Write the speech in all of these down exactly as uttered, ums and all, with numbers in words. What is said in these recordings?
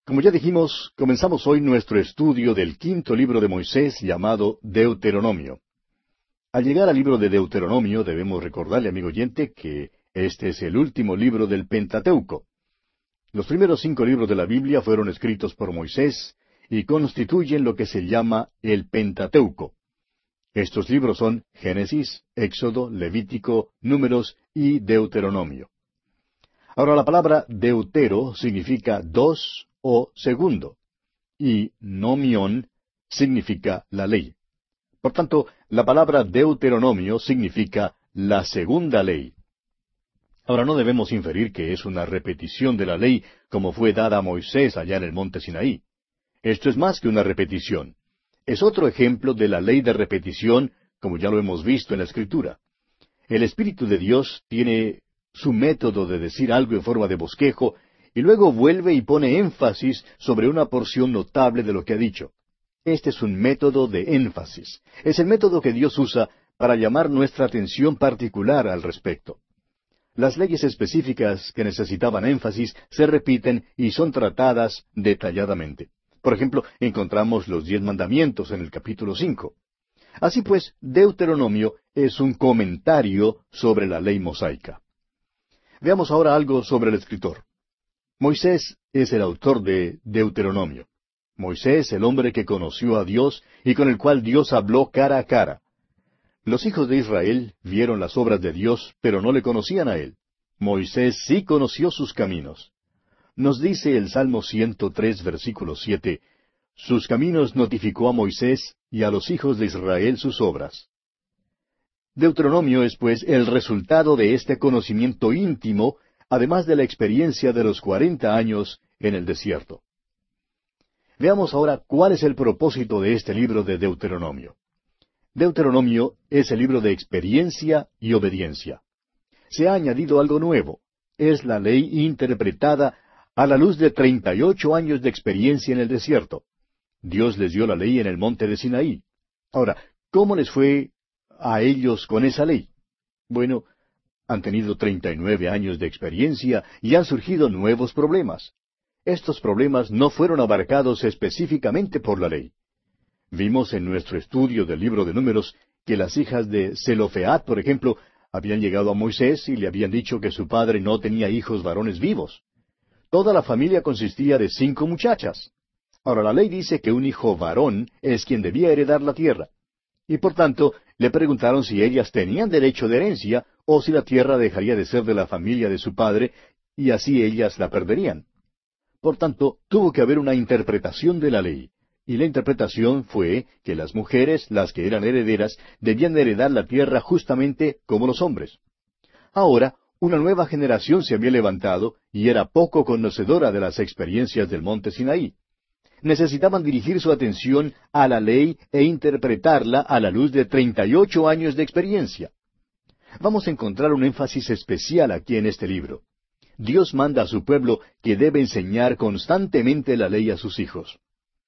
Como ya dijimos, comenzamos hoy nuestro estudio del quinto libro de Moisés llamado Deuteronomio. Al llegar al libro de Deuteronomio debemos recordarle, amigo oyente, que este es el último libro del Pentateuco. Los primeros cinco libros de la Biblia fueron escritos por Moisés y constituyen lo que se llama el Pentateuco. Estos libros son Génesis, Éxodo, Levítico, Números y Deuteronomio. Ahora la palabra deutero significa dos o segundo, y nomión significa la ley. Por tanto, la palabra Deuteronomio significa la segunda ley. Ahora no debemos inferir que es una repetición de la ley como fue dada a Moisés allá en el monte Sinaí. Esto es más que una repetición. Es otro ejemplo de la ley de repetición, como ya lo hemos visto en la Escritura. El Espíritu de Dios tiene su método de decir algo en forma de bosquejo, y luego vuelve y pone énfasis sobre una porción notable de lo que ha dicho. Este es un método de énfasis. Es el método que Dios usa para llamar nuestra atención particular al respecto. Las leyes específicas que necesitaban énfasis se repiten y son tratadas detalladamente. Por ejemplo, encontramos los diez mandamientos en el capítulo cinco. Así pues, Deuteronomio es un comentario sobre la ley mosaica. Veamos ahora algo sobre el escritor. Moisés es el autor de Deuteronomio. Moisés, el hombre que conoció a Dios y con el cual Dios habló cara a cara. Los hijos de Israel vieron las obras de Dios, pero no le conocían a él. Moisés sí conoció sus caminos. Nos dice el Salmo ciento tres, versículo siete, «Sus caminos notificó a Moisés y a los hijos de Israel sus obras». Deuteronomio es, pues, el resultado de este conocimiento íntimo, además de la experiencia de los cuarenta años en el desierto. Veamos ahora cuál es el propósito de este libro de Deuteronomio. Deuteronomio es el libro de experiencia y obediencia. Se ha añadido algo nuevo. Es la ley interpretada a la luz de treinta y ocho años de experiencia en el desierto. Dios les dio la ley en el monte de Sinaí. Ahora, ¿cómo les fue a ellos con esa ley? Bueno, han tenido treinta y nueve años de experiencia y han surgido nuevos problemas. Estos problemas no fueron abarcados específicamente por la ley. Vimos en nuestro estudio del libro de Números que las hijas de Zelofead, por ejemplo, habían llegado a Moisés y le habían dicho que su padre no tenía hijos varones vivos. Toda la familia consistía de cinco muchachas. Ahora la ley dice que un hijo varón es quien debía heredar la tierra. Y por tanto, le preguntaron si ellas tenían derecho de herencia o si la tierra dejaría de ser de la familia de su padre y así ellas la perderían. Por tanto, tuvo que haber una interpretación de la ley. Y la interpretación fue que las mujeres, las que eran herederas, debían heredar la tierra justamente como los hombres. Ahora, una nueva generación se había levantado y era poco conocedora de las experiencias del monte Sinaí. Necesitaban dirigir su atención a la ley e interpretarla a la luz de treinta y ocho años de experiencia. Vamos a encontrar un énfasis especial aquí en este libro. Dios manda a su pueblo que debe enseñar constantemente la ley a sus hijos.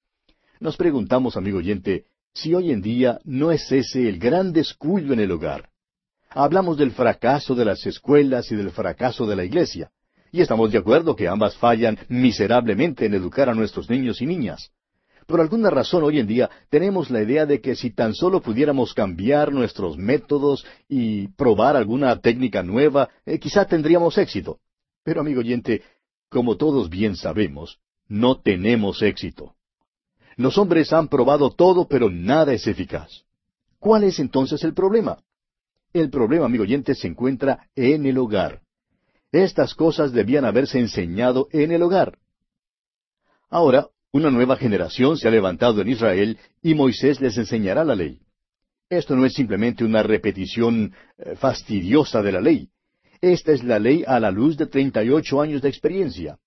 Nos preguntamos, amigo oyente, si hoy en día no es ese el gran descuido en el hogar. Hablamos del fracaso de las escuelas y del fracaso de la iglesia, y estamos de acuerdo que ambas fallan miserablemente en educar a nuestros niños y niñas. Por alguna razón hoy en día tenemos la idea de que si tan solo pudiéramos cambiar nuestros métodos y probar alguna técnica nueva, eh, quizá tendríamos éxito. Pero, amigo oyente, como todos bien sabemos, no tenemos éxito. Los hombres han probado todo, pero nada es eficaz. ¿Cuál es entonces el problema? El problema, amigo oyente, se encuentra en el hogar. Estas cosas debían haberse enseñado en el hogar. Ahora, una nueva generación se ha levantado en Israel y Moisés les enseñará la ley. Esto no es simplemente una repetición eh, fastidiosa de la ley. Esta es la ley a la luz de treinta y ocho años de experiencia.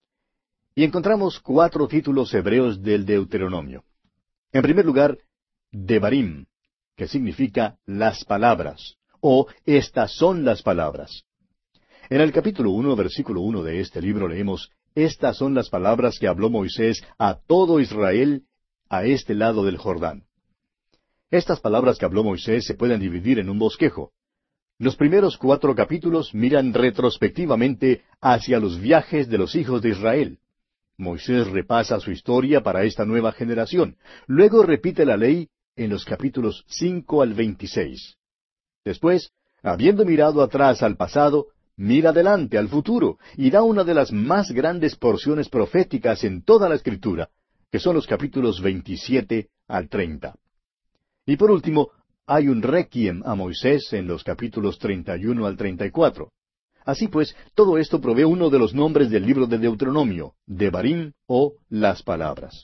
Y encontramos cuatro títulos hebreos del Deuteronomio. En primer lugar, Devarim, que significa las palabras, o estas son las palabras. En el capítulo uno, versículo uno de este libro leemos, estas son las palabras que habló Moisés a todo Israel a este lado del Jordán. Estas palabras que habló Moisés se pueden dividir en un bosquejo. Los primeros cuatro capítulos miran retrospectivamente hacia los viajes de los hijos de Israel. Moisés repasa su historia para esta nueva generación. Luego repite la ley en los capítulos cinco al veintiséis. Después, habiendo mirado atrás al pasado, mira adelante al futuro y da una de las más grandes porciones proféticas en toda la Escritura, que son los capítulos veintisiete al treinta. Y por último, hay un requiem a Moisés en los capítulos treinta y uno al treinta y cuatro. Así pues, todo esto provee uno de los nombres del libro de Deuteronomio, Devarim o las palabras.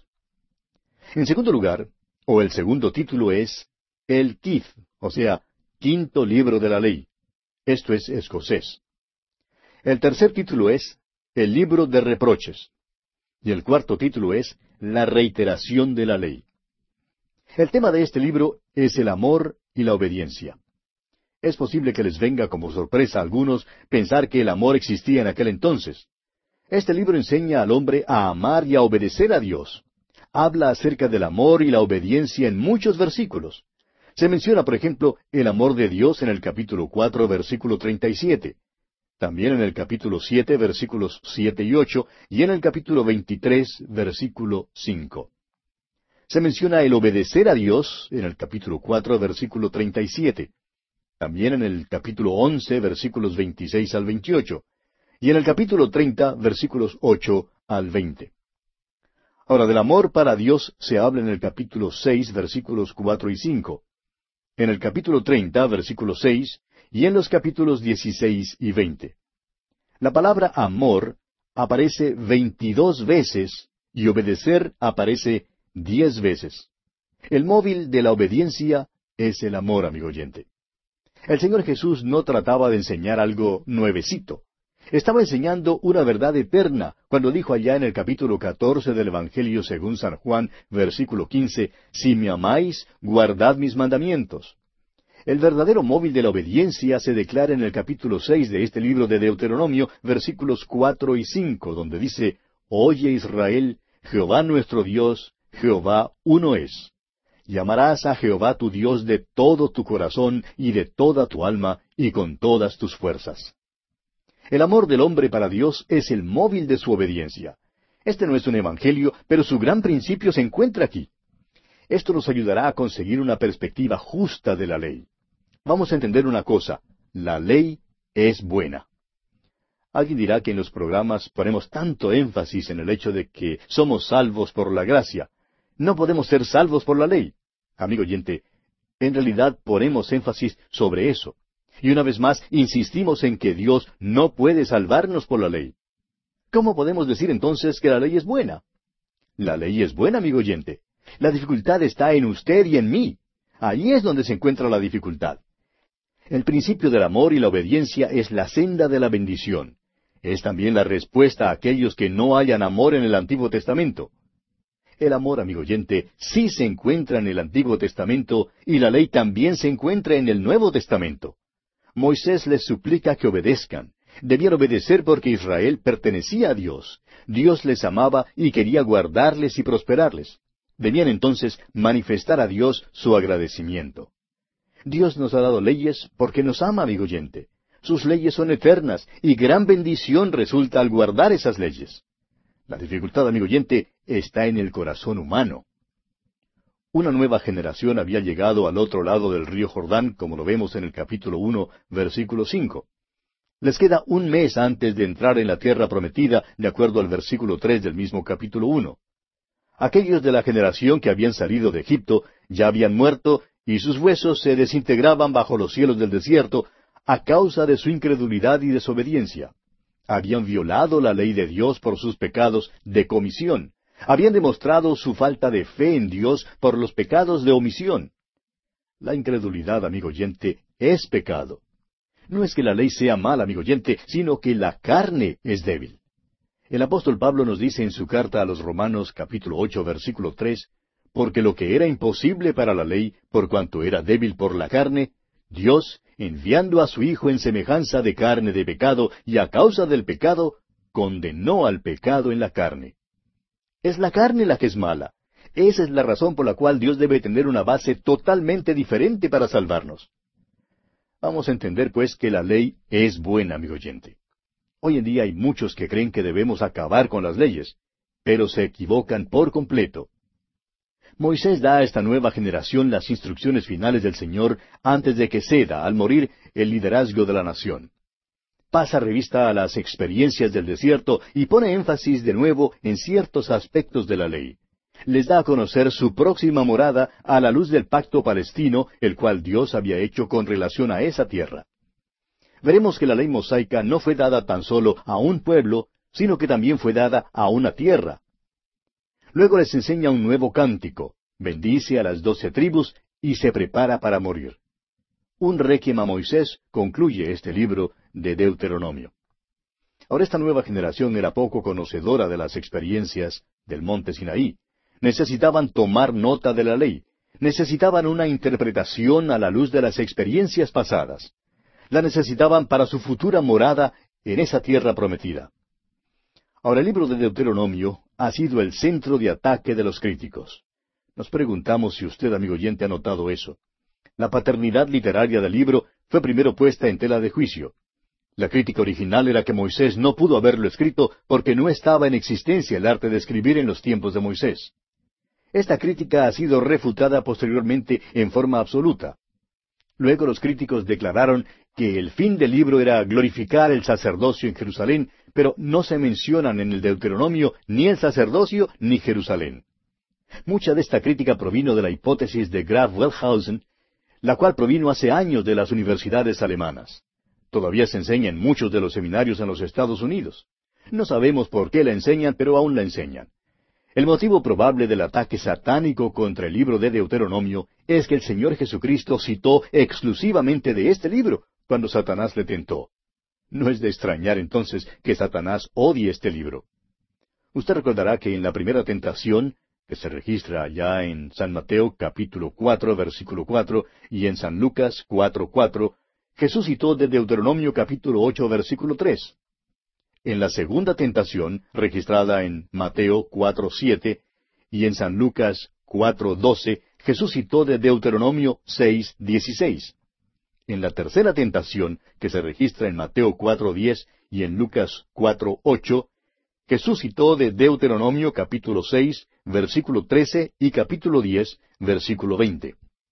En segundo lugar, o el segundo título es el Kith, o sea, quinto libro de la ley. Esto es escocés. El tercer título es el libro de reproches. Y el cuarto título es la reiteración de la ley. El tema de este libro es el amor y la obediencia. Es posible que les venga como sorpresa a algunos pensar que el amor existía en aquel entonces. Este libro enseña al hombre a amar y a obedecer a Dios. Habla acerca del amor y la obediencia en muchos versículos. Se menciona, por ejemplo, el amor de Dios en el capítulo cuatro, versículo treinta y siete. También en el capítulo siete, versículos siete y ocho, y en el capítulo veintitrés, versículo cinco. Se menciona el obedecer a Dios en el capítulo cuatro, versículo treinta y siete. También en el capítulo once, versículos veintiséis al veintiocho. Y en el capítulo treinta, versículos ocho al veinte. Ahora, del amor para Dios se habla en el capítulo seis, versículos cuatro y cinco. En el capítulo treinta, versículo seis, y en los capítulos dieciséis y veinte. La palabra amor aparece veintidós veces y obedecer aparece diez veces. El móvil de la obediencia es el amor, amigo oyente. El Señor Jesús no trataba de enseñar algo nuevecito. Estaba enseñando una verdad eterna cuando dijo allá en el capítulo catorce del Evangelio según San Juan, versículo quince, si me amáis, guardad mis mandamientos. El verdadero móvil de la obediencia se declara en el capítulo seis de este libro de Deuteronomio, versículos cuatro y cinco, donde dice, Oye Israel, Jehová nuestro Dios, Jehová uno es. Y amarás a Jehová tu Dios de todo tu corazón y de toda tu alma y con todas tus fuerzas. El amor del hombre para Dios es el móvil de su obediencia. Este no es un evangelio, pero su gran principio se encuentra aquí. Esto nos ayudará a conseguir una perspectiva justa de la ley. Vamos a entender una cosa, la ley es buena. Alguien dirá que en los programas ponemos tanto énfasis en el hecho de que somos salvos por la gracia. No podemos ser salvos por la ley. Amigo oyente, en realidad ponemos énfasis sobre eso. Y una vez más, insistimos en que Dios no puede salvarnos por la ley. ¿Cómo podemos decir entonces que la ley es buena? La ley es buena, amigo oyente. La dificultad está en usted y en mí. Ahí es donde se encuentra la dificultad. El principio del amor y la obediencia es la senda de la bendición. Es también la respuesta a aquellos que no hayan amor en el Antiguo Testamento. El amor, amigo oyente, sí se encuentra en el Antiguo Testamento y la ley también se encuentra en el Nuevo Testamento. Moisés les suplica que obedezcan. Debían obedecer porque Israel pertenecía a Dios. Dios les amaba y quería guardarles y prosperarles. Debían entonces manifestar a Dios su agradecimiento. Dios nos ha dado leyes porque nos ama, amigo oyente. Sus leyes son eternas y gran bendición resulta al guardar esas leyes. La dificultad, amigo oyente, está en el corazón humano. Una nueva generación había llegado al otro lado del río Jordán, como lo vemos en el capítulo uno, versículo cinco. Les queda un mes antes de entrar en la tierra prometida, de acuerdo al versículo tres del mismo capítulo uno. Aquellos de la generación que habían salido de Egipto ya habían muerto y sus huesos se desintegraban bajo los cielos del desierto a causa de su incredulidad y desobediencia. Habían violado la ley de Dios por sus pecados de comisión. Habían demostrado su falta de fe en Dios por los pecados de omisión. La incredulidad, amigo oyente, es pecado. No es que la ley sea mala, amigo oyente, sino que la carne es débil. El apóstol Pablo nos dice en su carta a los Romanos capítulo ocho versículo tres, porque lo que era imposible para la ley, por cuanto era débil por la carne, Dios, enviando a su Hijo en semejanza de carne de pecado y a causa del pecado, condenó al pecado en la carne. Es la carne la que es mala. Esa es la razón por la cual Dios debe tener una base totalmente diferente para salvarnos. Vamos a entender, pues, que la ley es buena, amigo oyente. Hoy en día hay muchos que creen que debemos acabar con las leyes. pero se equivocan por completo. Moisés da a esta nueva generación las instrucciones finales del Señor antes de que ceda, al morir, el liderazgo de la nación. Pasa revista a las experiencias del desierto y pone énfasis de nuevo en ciertos aspectos de la ley. Les da a conocer su próxima morada a la luz del pacto palestino, el cual Dios había hecho con relación a esa tierra. Veremos que la ley mosaica no fue dada tan solo a un pueblo, sino que también fue dada a una tierra. Luego les enseña un nuevo cántico, bendice a las doce tribus y se prepara para morir. Un requiem a Moisés concluye este libro de Deuteronomio. Ahora esta nueva generación era poco conocedora de las experiencias del monte Sinaí. Necesitaban tomar nota de la ley. Necesitaban una interpretación a la luz de las experiencias pasadas. La necesitaban para su futura morada en esa tierra prometida. Ahora el libro de Deuteronomio ha sido el centro de ataque de los críticos. Nos preguntamos si usted, amigo oyente, ha notado eso. La paternidad literaria del libro fue primero puesta en tela de juicio. La crítica original era que Moisés no pudo haberlo escrito porque no estaba en existencia el arte de escribir en los tiempos de Moisés. Esta crítica ha sido refutada posteriormente en forma absoluta. Luego los críticos declararon que el fin del libro era glorificar el sacerdocio en Jerusalén, pero no se mencionan en el Deuteronomio ni el sacerdocio ni Jerusalén. Mucha de esta crítica provino de la hipótesis de Graf Wellhausen, la cual provino hace años de las universidades alemanas. Todavía se enseña en muchos de los seminarios en los Estados Unidos. No sabemos por qué la enseñan, pero aún la enseñan. El motivo probable del ataque satánico contra el libro de Deuteronomio es que el Señor Jesucristo citó exclusivamente de este libro cuando Satanás le tentó. No es de extrañar entonces que Satanás odie este libro. Usted recordará que en la primera tentación, que se registra allá en San Mateo capítulo cuatro, versículo cuatro, y en San Lucas cuatro, cuatro, Jesús citó de Deuteronomio capítulo ocho, versículo tres. En la segunda tentación, registrada en Mateo cuatro, siete, y en San Lucas cuatro, doce, Jesús citó de Deuteronomio seis, dieciséis. En la tercera tentación, que se registra en Mateo cuatro, diez y en Lucas cuatro, ocho, Jesús citó de Deuteronomio capítulo seis, versículo trece y capítulo diez, versículo veinte.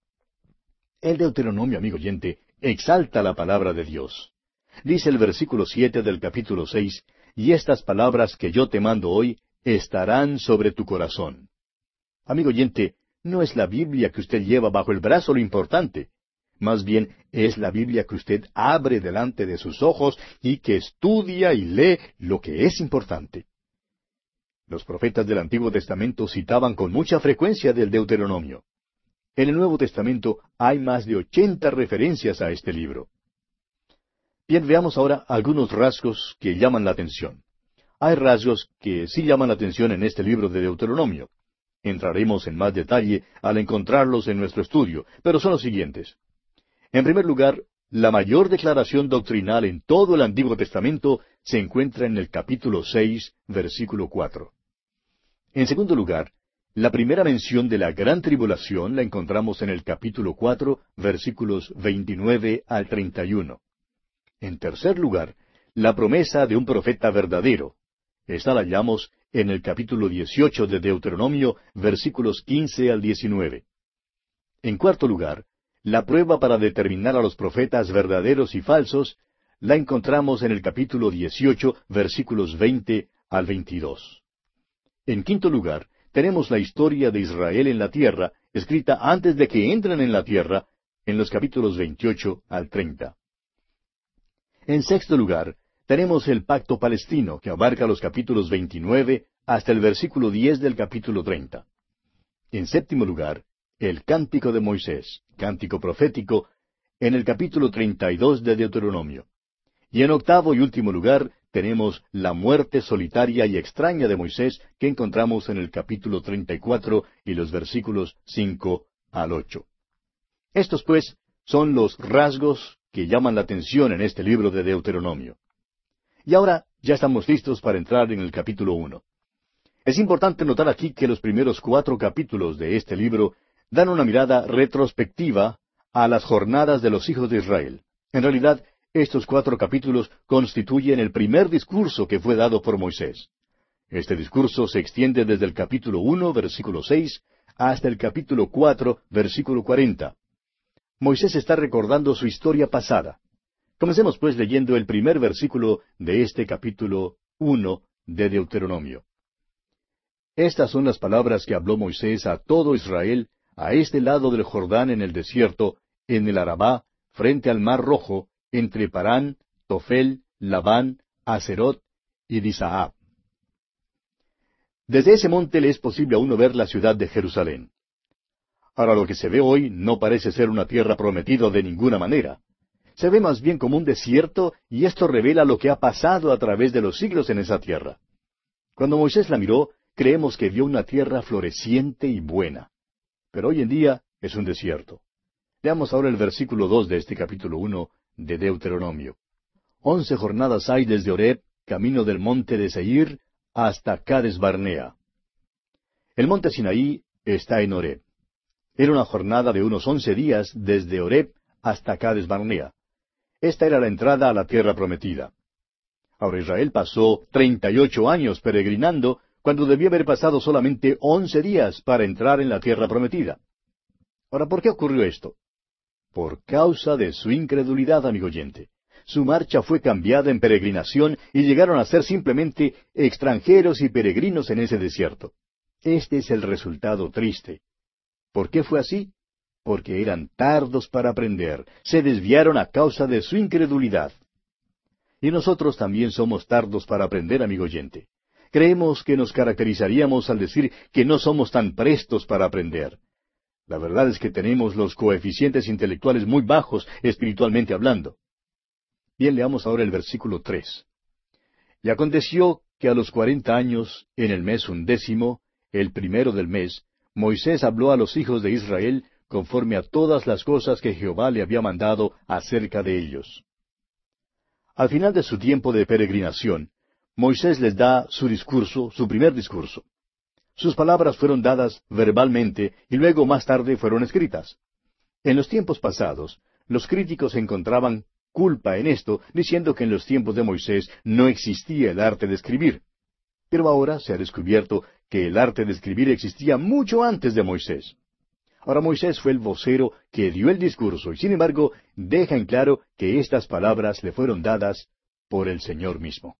El Deuteronomio, amigo oyente, exalta la palabra de Dios. Dice el versículo siete del capítulo seis, y estas palabras que yo te mando hoy estarán sobre tu corazón. Amigo oyente, no es la Biblia que usted lleva bajo el brazo lo importante. Más bien es la Biblia que usted abre delante de sus ojos y que estudia y lee lo que es importante. Los profetas del Antiguo Testamento citaban con mucha frecuencia del Deuteronomio. En el Nuevo Testamento hay más de ochenta referencias a este libro. Bien, veamos ahora algunos rasgos que llaman la atención. Hay rasgos que sí llaman la atención en este libro de Deuteronomio. Entraremos en más detalle al encontrarlos en nuestro estudio, pero son los siguientes. En primer lugar, la mayor declaración doctrinal en todo el Antiguo Testamento se encuentra en el capítulo seis, versículo cuatro. En segundo lugar, la primera mención de la gran tribulación la encontramos en el capítulo cuatro, versículos veintinueve al treinta y uno. En tercer lugar, la promesa de un profeta verdadero. Esta la hallamos en el capítulo dieciocho de Deuteronomio, versículos quince al diecinueve. En cuarto lugar, la prueba para determinar a los profetas verdaderos y falsos la encontramos en el capítulo dieciocho, versículos veinte al veintidós. En quinto lugar, tenemos la historia de Israel en la tierra, escrita antes de que entren en la tierra, en los capítulos veintiocho al treinta. En sexto lugar, tenemos el pacto palestino, que abarca los capítulos veintinueve hasta el versículo diez del capítulo treinta. En séptimo lugar, el cántico de Moisés, cántico profético, en el capítulo treinta y dos de Deuteronomio. Y en octavo y último lugar, tenemos la muerte solitaria y extraña de Moisés, que encontramos en el capítulo treinta y cuatro y los versículos cinco al ocho. Estos, pues, son los rasgos que llaman la atención en este libro de Deuteronomio. Y ahora ya estamos listos para entrar en el capítulo uno. Es importante notar aquí que los primeros cuatro capítulos de este libro dan una mirada retrospectiva a las jornadas de los hijos de Israel. En realidad, estos cuatro capítulos constituyen el primer discurso que fue dado por Moisés. Este discurso se extiende desde el capítulo uno, versículo seis, hasta el capítulo cuatro, versículo cuarenta. Moisés está recordando su historia pasada. Comencemos pues leyendo el primer versículo de este capítulo uno de Deuteronomio. Estas son las palabras que habló Moisés a todo Israel a este lado del Jordán en el desierto, en el Arabá, frente al Mar Rojo, entre Parán, Tofel, Labán, Aserot y Disaab. Desde ese monte le es posible a uno ver la ciudad de Jerusalén. Ahora, lo que se ve hoy no parece ser una tierra prometida de ninguna manera. Se ve más bien como un desierto, y esto revela lo que ha pasado a través de los siglos en esa tierra. Cuando Moisés la miró, creemos que vio una tierra floreciente y buena. Pero hoy en día es un desierto. Veamos ahora el versículo dos de este capítulo uno de Deuteronomio. Once jornadas hay desde Horeb, camino del monte de Seir, hasta Cades Barnea. El monte Sinaí está en Horeb. Era una jornada de unos once días desde Horeb hasta Cades Barnea. Esta era la entrada a la tierra prometida. Ahora Israel pasó treinta y ocho años peregrinando, cuando debió haber pasado solamente once días para entrar en la tierra prometida. Ahora, ¿por qué ocurrió esto? Por causa de su incredulidad, amigo oyente. Su marcha fue cambiada en peregrinación y llegaron a ser simplemente extranjeros y peregrinos en ese desierto. Este es el resultado triste. ¿Por qué fue así? Porque eran tardos para aprender, se desviaron a causa de su incredulidad. Y nosotros también somos tardos para aprender, amigo oyente. Creemos que nos caracterizaríamos al decir que no somos tan prestos para aprender. La verdad es que tenemos los coeficientes intelectuales muy bajos, espiritualmente hablando. Bien, leamos ahora el versículo tres. Y aconteció que a los cuarenta años, en el mes undécimo, el primero del mes, Moisés habló a los hijos de Israel conforme a todas las cosas que Jehová le había mandado acerca de ellos. Al final de su tiempo de peregrinación, Moisés les da su discurso, su primer discurso. Sus palabras fueron dadas verbalmente y luego más tarde fueron escritas. En los tiempos pasados, los críticos encontraban culpa en esto, diciendo que en los tiempos de Moisés no existía el arte de escribir. Pero ahora se ha descubierto que el arte de escribir existía mucho antes de Moisés. Ahora Moisés fue el vocero que dio el discurso y sin embargo deja en claro que estas palabras le fueron dadas por el Señor mismo.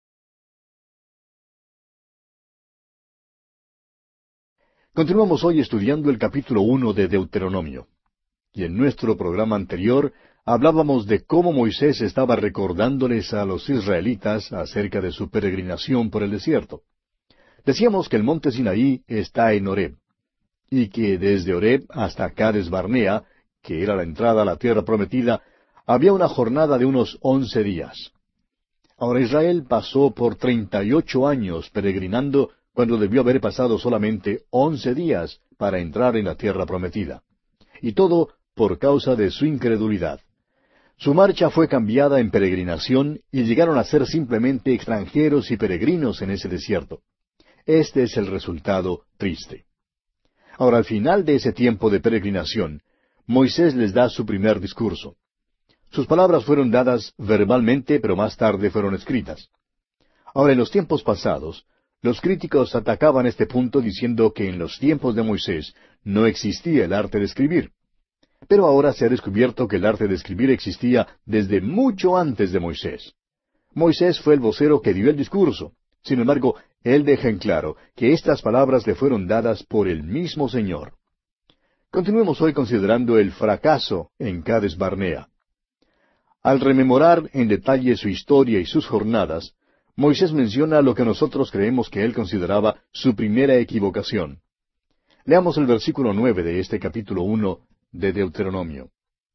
Continuamos hoy estudiando el capítulo uno de Deuteronomio. Y en nuestro programa anterior hablábamos de cómo Moisés estaba recordándoles a los israelitas acerca de su peregrinación por el desierto. Decíamos que el monte Sinaí está en Horeb, y que desde Horeb hasta Cades Barnea, que era la entrada a la tierra prometida, había una jornada de unos once días. Ahora Israel pasó por treinta y ocho años peregrinando, cuando debió haber pasado solamente once días para entrar en la tierra prometida. Y todo por causa de su incredulidad. Su marcha fue cambiada en peregrinación y llegaron a ser simplemente extranjeros y peregrinos en ese desierto. Este es el resultado triste. Ahora, al final de ese tiempo de peregrinación, Moisés les da su primer discurso. Sus palabras fueron dadas verbalmente, pero más tarde fueron escritas. Ahora, en los tiempos pasados, los críticos atacaban este punto diciendo que en los tiempos de Moisés no existía el arte de escribir. Pero ahora se ha descubierto que el arte de escribir existía desde mucho antes de Moisés. Moisés fue el vocero que dio el discurso. Sin embargo, él deja en claro que estas palabras le fueron dadas por el mismo Señor. Continuemos hoy considerando el fracaso en Cades Barnea. Al rememorar en detalle su historia y sus jornadas, Moisés menciona lo que nosotros creemos que él consideraba su primera equivocación. Leamos el versículo nueve de este capítulo uno de Deuteronomio.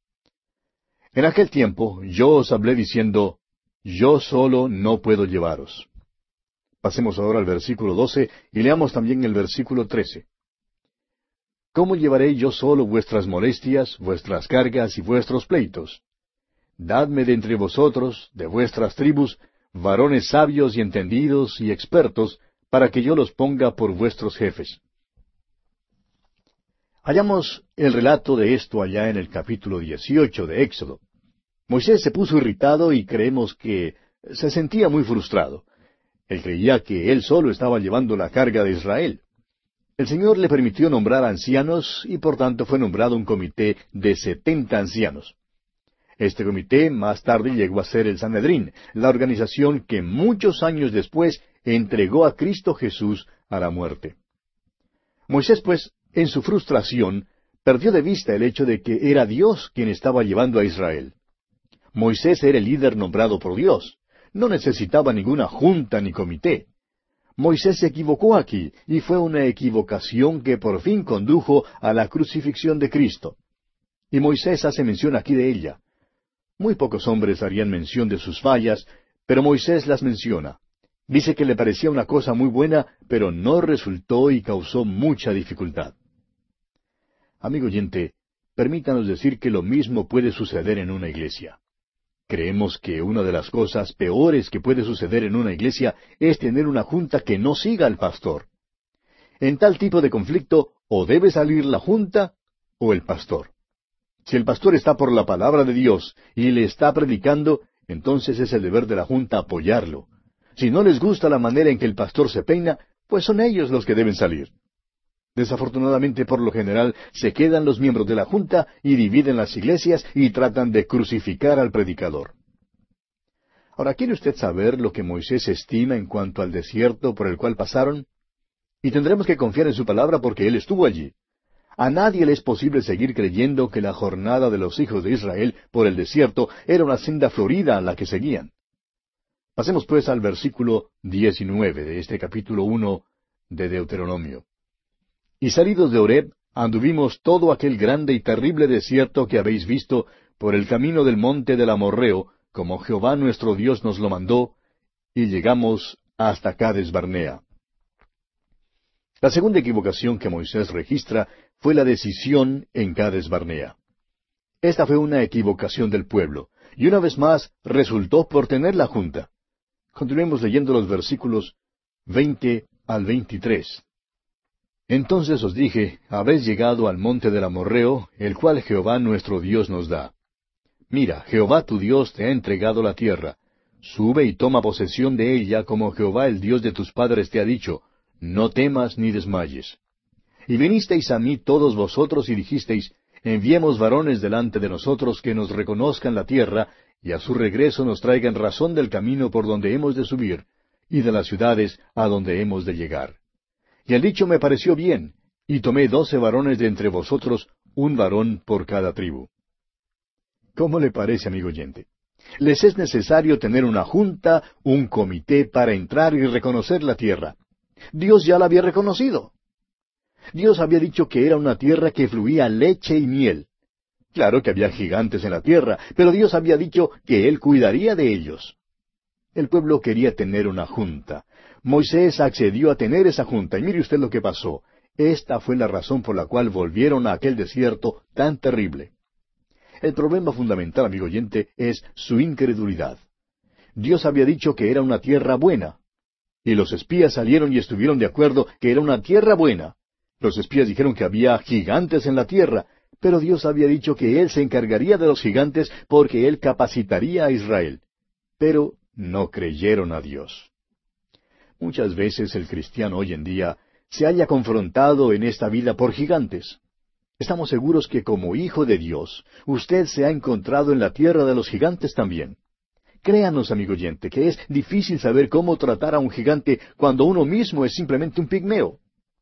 En aquel tiempo yo os hablé diciendo, yo solo no puedo llevaros. Pasemos ahora al versículo doce y leamos también el versículo trece. ¿Cómo llevaré yo solo vuestras molestias, vuestras cargas y vuestros pleitos? Dadme de entre vosotros, de vuestras tribus, varones sabios y entendidos y expertos, para que yo los ponga por vuestros jefes. Hallamos el relato de esto allá en el capítulo dieciocho de Éxodo. Moisés se puso irritado y creemos que se sentía muy frustrado. Él creía que él solo estaba llevando la carga de Israel. El Señor le permitió nombrar ancianos y por tanto fue nombrado un comité de setenta ancianos. Este comité más tarde llegó a ser el Sanedrín, la organización que muchos años después entregó a Cristo Jesús a la muerte. Moisés, pues, en su frustración, perdió de vista el hecho de que era Dios quien estaba llevando a Israel. Moisés era el líder nombrado por Dios. No necesitaba ninguna junta ni comité. Moisés se equivocó aquí, y fue una equivocación que por fin condujo a la crucifixión de Cristo. Y Moisés hace mención aquí de ella. Muy pocos hombres harían mención de sus fallas, pero Moisés las menciona. Dice que le parecía una cosa muy buena, pero no resultó y causó mucha dificultad. Amigo oyente, permítanos decir que lo mismo puede suceder en una iglesia. Creemos que una de las cosas peores que puede suceder en una iglesia es tener una junta que no siga al pastor. En tal tipo de conflicto, o debe salir la junta o el pastor. Si el pastor está por la palabra de Dios y le está predicando, entonces es el deber de la junta apoyarlo. Si no les gusta la manera en que el pastor se peina, pues son ellos los que deben salir. Desafortunadamente, por lo general, se quedan los miembros de la junta y dividen las iglesias y tratan de crucificar al predicador. Ahora, ¿quiere usted saber lo que Moisés estima en cuanto al desierto por el cual pasaron? Y tendremos que confiar en su palabra porque él estuvo allí. A nadie le es posible seguir creyendo que la jornada de los hijos de Israel por el desierto era una senda florida a la que seguían. Pasemos pues al versículo diecinueve de este capítulo uno de Deuteronomio. Y salidos de Horeb, anduvimos todo aquel grande y terrible desierto que habéis visto por el camino del monte del Amorreo, como Jehová nuestro Dios nos lo mandó, y llegamos hasta Cades Barnea. La segunda equivocación que Moisés registra fue la decisión en Cades Barnea. Esta fue una equivocación del pueblo, y una vez más resultó por tener la junta. Continuemos leyendo los versículos veinte al veintitrés. Entonces os dije, habéis llegado al monte del Amorreo, el cual Jehová nuestro Dios nos da. Mira, Jehová tu Dios te ha entregado la tierra. Sube y toma posesión de ella, como Jehová el Dios de tus padres te ha dicho. No temas ni desmayes. Y vinisteis a mí todos vosotros y dijisteis, enviemos varones delante de nosotros que nos reconozcan la tierra, y a su regreso nos traigan razón del camino por donde hemos de subir, y de las ciudades a donde hemos de llegar. Y el dicho me pareció bien, y tomé doce varones de entre vosotros, un varón por cada tribu. ¿Cómo le parece, amigo oyente? Les es necesario tener una junta, un comité para entrar y reconocer la tierra. Dios ya la había reconocido. Dios había dicho que era una tierra que fluía leche y miel. Claro que había gigantes en la tierra, pero Dios había dicho que Él cuidaría de ellos. El pueblo quería tener una junta. Moisés accedió a tener esa junta, y mire usted lo que pasó. Esta fue la razón por la cual volvieron a aquel desierto tan terrible. El problema fundamental, amigo oyente, es su incredulidad. Dios había dicho que era una tierra buena. Y los espías salieron y estuvieron de acuerdo que era una tierra buena. Los espías dijeron que había gigantes en la tierra, pero Dios había dicho que Él se encargaría de los gigantes porque Él capacitaría a Israel. Pero no creyeron a Dios. Muchas veces el cristiano hoy en día se halla confrontado en esta vida por gigantes. Estamos seguros que como hijo de Dios, usted se ha encontrado en la tierra de los gigantes también. Créanos, amigo oyente, que es difícil saber cómo tratar a un gigante cuando uno mismo es simplemente un pigmeo.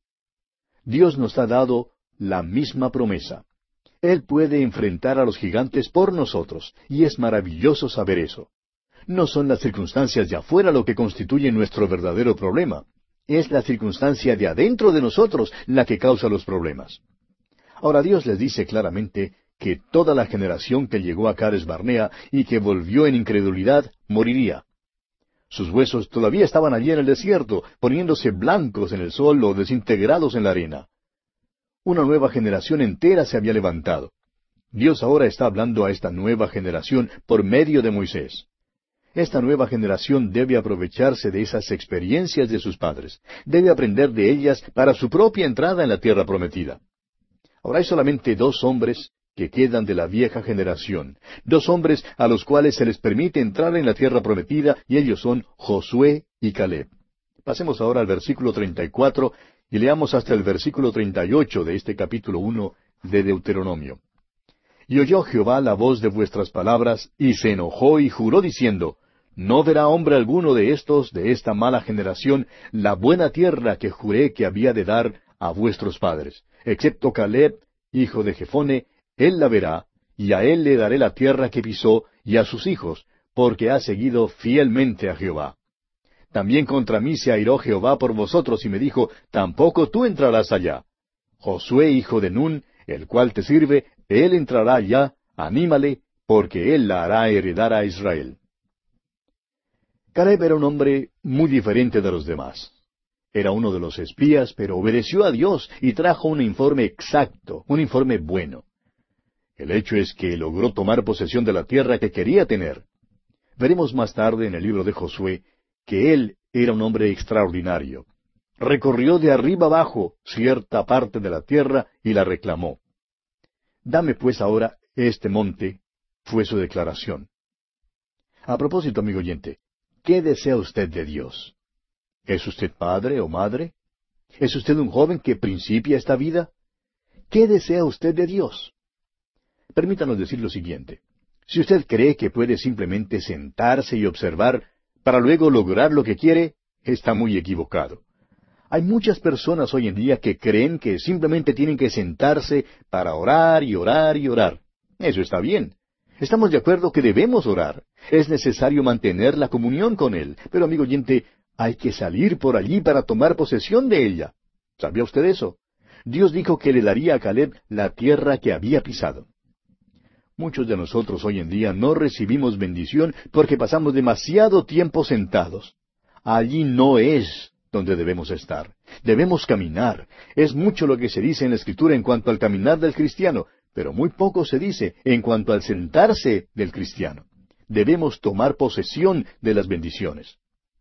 Dios nos ha dado la misma promesa. Él puede enfrentar a los gigantes por nosotros, y es maravilloso saber eso. No son las circunstancias de afuera lo que constituye nuestro verdadero problema. Es la circunstancia de adentro de nosotros la que causa los problemas. Ahora Dios les dice claramente que toda la generación que llegó a Cades Barnea y que volvió en incredulidad, moriría. Sus huesos todavía estaban allí en el desierto, poniéndose blancos en el sol o desintegrados en la arena. Una nueva generación entera se había levantado. Dios ahora está hablando a esta nueva generación por medio de Moisés. Esta nueva generación debe aprovecharse de esas experiencias de sus padres. Debe aprender de ellas para su propia entrada en la tierra prometida. Ahora hay solamente dos hombres que quedan de la vieja generación, dos hombres a los cuales se les permite entrar en la tierra prometida, y ellos son Josué y Caleb. Pasemos ahora al versículo treinta y cuatro y leamos hasta el versículo treinta y ocho de este capítulo uno de Deuteronomio. Y oyó Jehová la voz de vuestras palabras, y se enojó y juró diciendo, No verá hombre alguno de estos, de esta mala generación, la buena tierra que juré que había de dar a vuestros padres, excepto Caleb, hijo de Jefone, él la verá, y a él le daré la tierra que pisó, y a sus hijos, porque ha seguido fielmente a Jehová. También contra mí se airó Jehová por vosotros, y me dijo, Tampoco tú entrarás allá. Josué, hijo de Nun, el cual te sirve, él entrará allá, anímale, porque él la hará heredar a Israel. Caleb era un hombre muy diferente de los demás. Era uno de los espías, pero obedeció a Dios y trajo un informe exacto, un informe bueno. El hecho es que logró tomar posesión de la tierra que quería tener. Veremos más tarde en el libro de Josué que él era un hombre extraordinario. Recorrió de arriba abajo cierta parte de la tierra y la reclamó. Dame pues ahora este monte, fue su declaración. A propósito, amigo oyente, ¿qué desea usted de Dios? ¿Es usted padre o madre? ¿Es usted un joven que principia esta vida? ¿Qué desea usted de Dios? Permítanos decir lo siguiente. Si usted cree que puede simplemente sentarse y observar para luego lograr lo que quiere, está muy equivocado. Hay muchas personas hoy en día que creen que simplemente tienen que sentarse para orar y orar y orar. Eso está bien. Estamos de acuerdo que debemos orar. Es necesario mantener la comunión con Él. Pero, amigo oyente, hay que salir por allí para tomar posesión de ella. ¿Sabía usted eso? Dios dijo que le daría a Caleb la tierra que había pisado. Muchos de nosotros hoy en día no recibimos bendición porque pasamos demasiado tiempo sentados. Allí no es donde debemos estar. Debemos caminar. Es mucho lo que se dice en la Escritura en cuanto al caminar del cristiano, pero muy poco se dice en cuanto al sentarse del cristiano. Debemos tomar posesión de las bendiciones.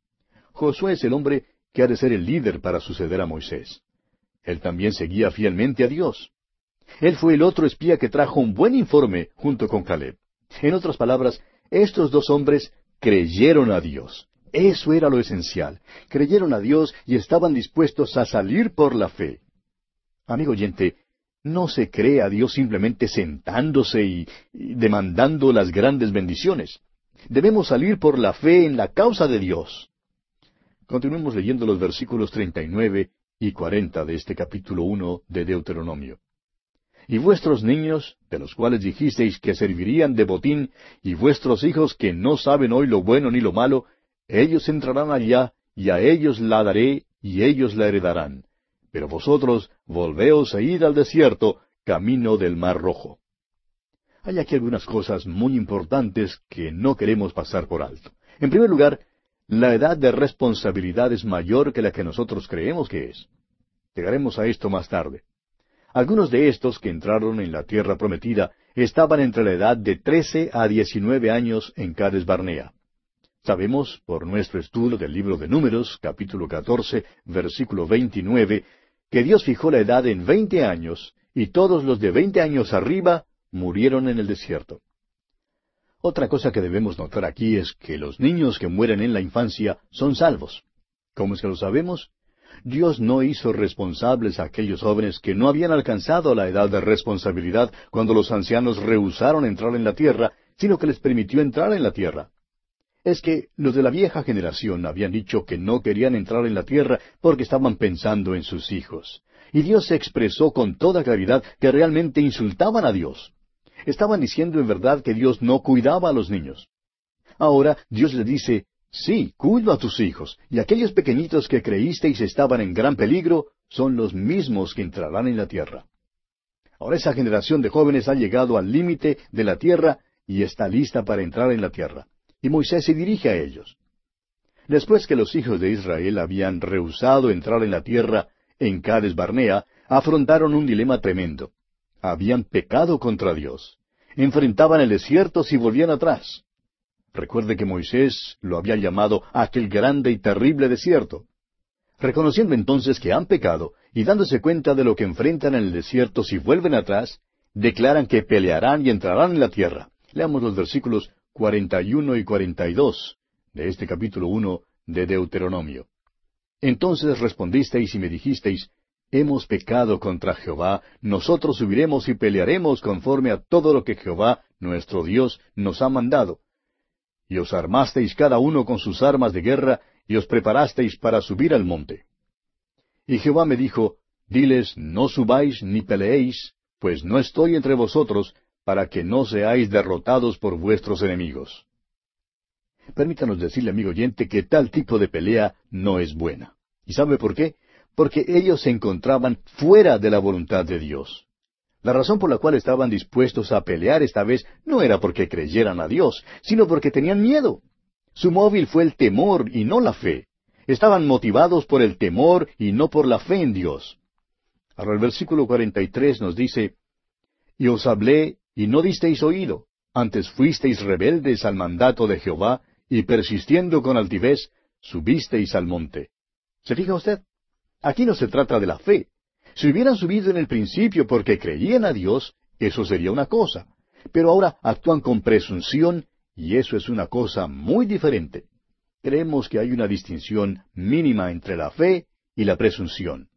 Josué es el hombre que ha de ser el líder para suceder a Moisés. Él también seguía fielmente a Dios. Él fue el otro espía que trajo un buen informe junto con Caleb. En otras palabras, estos dos hombres creyeron a Dios. Eso era lo esencial. Creyeron a Dios y estaban dispuestos a salir por la fe. Amigo oyente, no se cree a Dios simplemente sentándose y, y demandando las grandes bendiciones. Debemos salir por la fe en la causa de Dios. Continuemos leyendo los versículos treinta y nueve y cuarenta de este capítulo uno de Deuteronomio. Y vuestros niños, de los cuales dijisteis que servirían de botín, y vuestros hijos que no saben hoy lo bueno ni lo malo, ellos entrarán allá, y a ellos la daré, y ellos la heredarán. Pero vosotros volveos e id al desierto, camino del mar Rojo. Hay aquí algunas cosas muy importantes que no queremos pasar por alto. En primer lugar, la edad de responsabilidad es mayor que la que nosotros creemos que es. Llegaremos a esto más tarde. Algunos de estos que entraron en la tierra prometida estaban entre la edad de trece a diecinueve años en Cades Barnea. Sabemos, por nuestro estudio del libro de Números, capítulo catorce, versículo veintinueve, que Dios fijó la edad en veinte años, y todos los de veinte años arriba murieron en el desierto. Otra cosa que debemos notar aquí es que los niños que mueren en la infancia son salvos. ¿Cómo es que lo sabemos? Dios no hizo responsables a aquellos jóvenes que no habían alcanzado la edad de responsabilidad cuando los ancianos rehusaron entrar en la tierra, sino que les permitió entrar en la tierra. Es que los de la vieja generación habían dicho que no querían entrar en la tierra porque estaban pensando en sus hijos. Y Dios se expresó con toda claridad que realmente insultaban a Dios. Estaban diciendo en verdad que Dios no cuidaba a los niños. Ahora Dios les dice, sí, cuido a tus hijos, y aquellos pequeñitos que creísteis estaban en gran peligro, son los mismos que entrarán en la tierra. Ahora esa generación de jóvenes ha llegado al límite de la tierra y está lista para entrar en la tierra. Y Moisés se dirige a ellos. Después que los hijos de Israel habían rehusado entrar en la tierra en Cades Barnea, afrontaron un dilema tremendo. Habían pecado contra Dios. Enfrentaban el desierto si volvían atrás. Recuerde que Moisés lo había llamado aquel grande y terrible desierto. Reconociendo entonces que han pecado y dándose cuenta de lo que enfrentan en el desierto si vuelven atrás, declaran que pelearán y entrarán en la tierra. Leamos los versículos cuarenta y uno y cuarenta y dos de este capítulo uno de Deuteronomio. Entonces respondisteis y me dijisteis, hemos pecado contra Jehová, nosotros subiremos y pelearemos conforme a todo lo que Jehová, nuestro Dios, nos ha mandado. Y os armasteis cada uno con sus armas de guerra, y os preparasteis para subir al monte. Y Jehová me dijo, diles, no subáis ni peleéis, pues no estoy entre vosotros, para que no seáis derrotados por vuestros enemigos. Permítanos decirle, amigo oyente, que tal tipo de pelea no es buena. ¿Y sabe por qué? Porque ellos se encontraban fuera de la voluntad de Dios. La razón por la cual estaban dispuestos a pelear esta vez no era porque creyeran a Dios, sino porque tenían miedo. Su móvil fue el temor y no la fe. Estaban motivados por el temor y no por la fe en Dios. Ahora el versículo cuarenta y tres nos dice, y os hablé y no disteis oído, antes fuisteis rebeldes al mandato de Jehová, y persistiendo con altivez, subisteis al monte. ¿Se fija usted? Aquí no se trata de la fe. Si hubieran subido en el principio porque creían a Dios, eso sería una cosa. Pero ahora actúan con presunción, y eso es una cosa muy diferente. Creemos que hay una distinción mínima entre la fe y la presunción.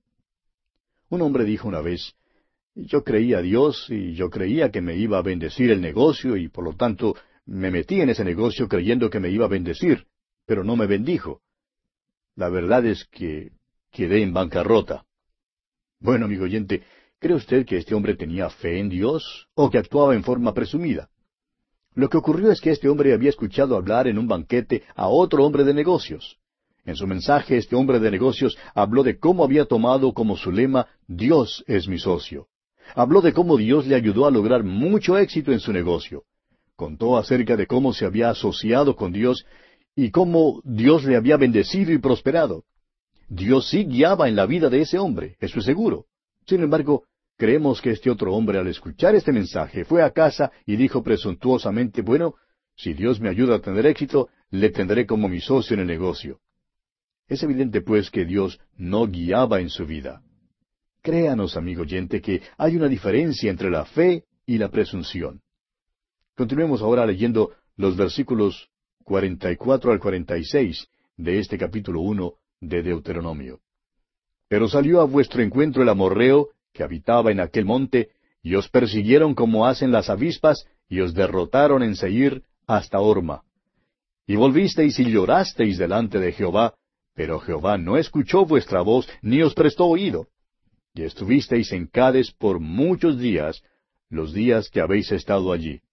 Un hombre dijo una vez, yo creía a Dios y yo creía que me iba a bendecir el negocio y por lo tanto me metí en ese negocio creyendo que me iba a bendecir, pero no me bendijo. La verdad es que quedé en bancarrota. Bueno, amigo oyente, ¿cree usted que este hombre tenía fe en Dios o que actuaba en forma presumida? Lo que ocurrió es que este hombre había escuchado hablar en un banquete a otro hombre de negocios. En su mensaje, este hombre de negocios habló de cómo había tomado como su lema, Dios es mi socio. Habló de cómo Dios le ayudó a lograr mucho éxito en su negocio. Contó acerca de cómo se había asociado con Dios y cómo Dios le había bendecido y prosperado. Dios sí guiaba en la vida de ese hombre, eso es seguro. Sin embargo, creemos que este otro hombre al escuchar este mensaje fue a casa y dijo presuntuosamente, bueno, si Dios me ayuda a tener éxito, le tendré como mi socio en el negocio. Es evidente pues que Dios no guiaba en su vida. Créanos, amigo oyente, que hay una diferencia entre la fe y la presunción. Continuemos ahora leyendo los versículos cuarenta y cuatro al cuarenta y seis de este capítulo uno de Deuteronomio. Pero salió a vuestro encuentro el amorreo, que habitaba en aquel monte, y os persiguieron como hacen las avispas, y os derrotaron en Seir hasta Horma. Y volvisteis y llorasteis delante de Jehová, pero Jehová no escuchó vuestra voz, ni os prestó oído. Y estuvisteis en Cades por muchos días, los días que habéis estado allí.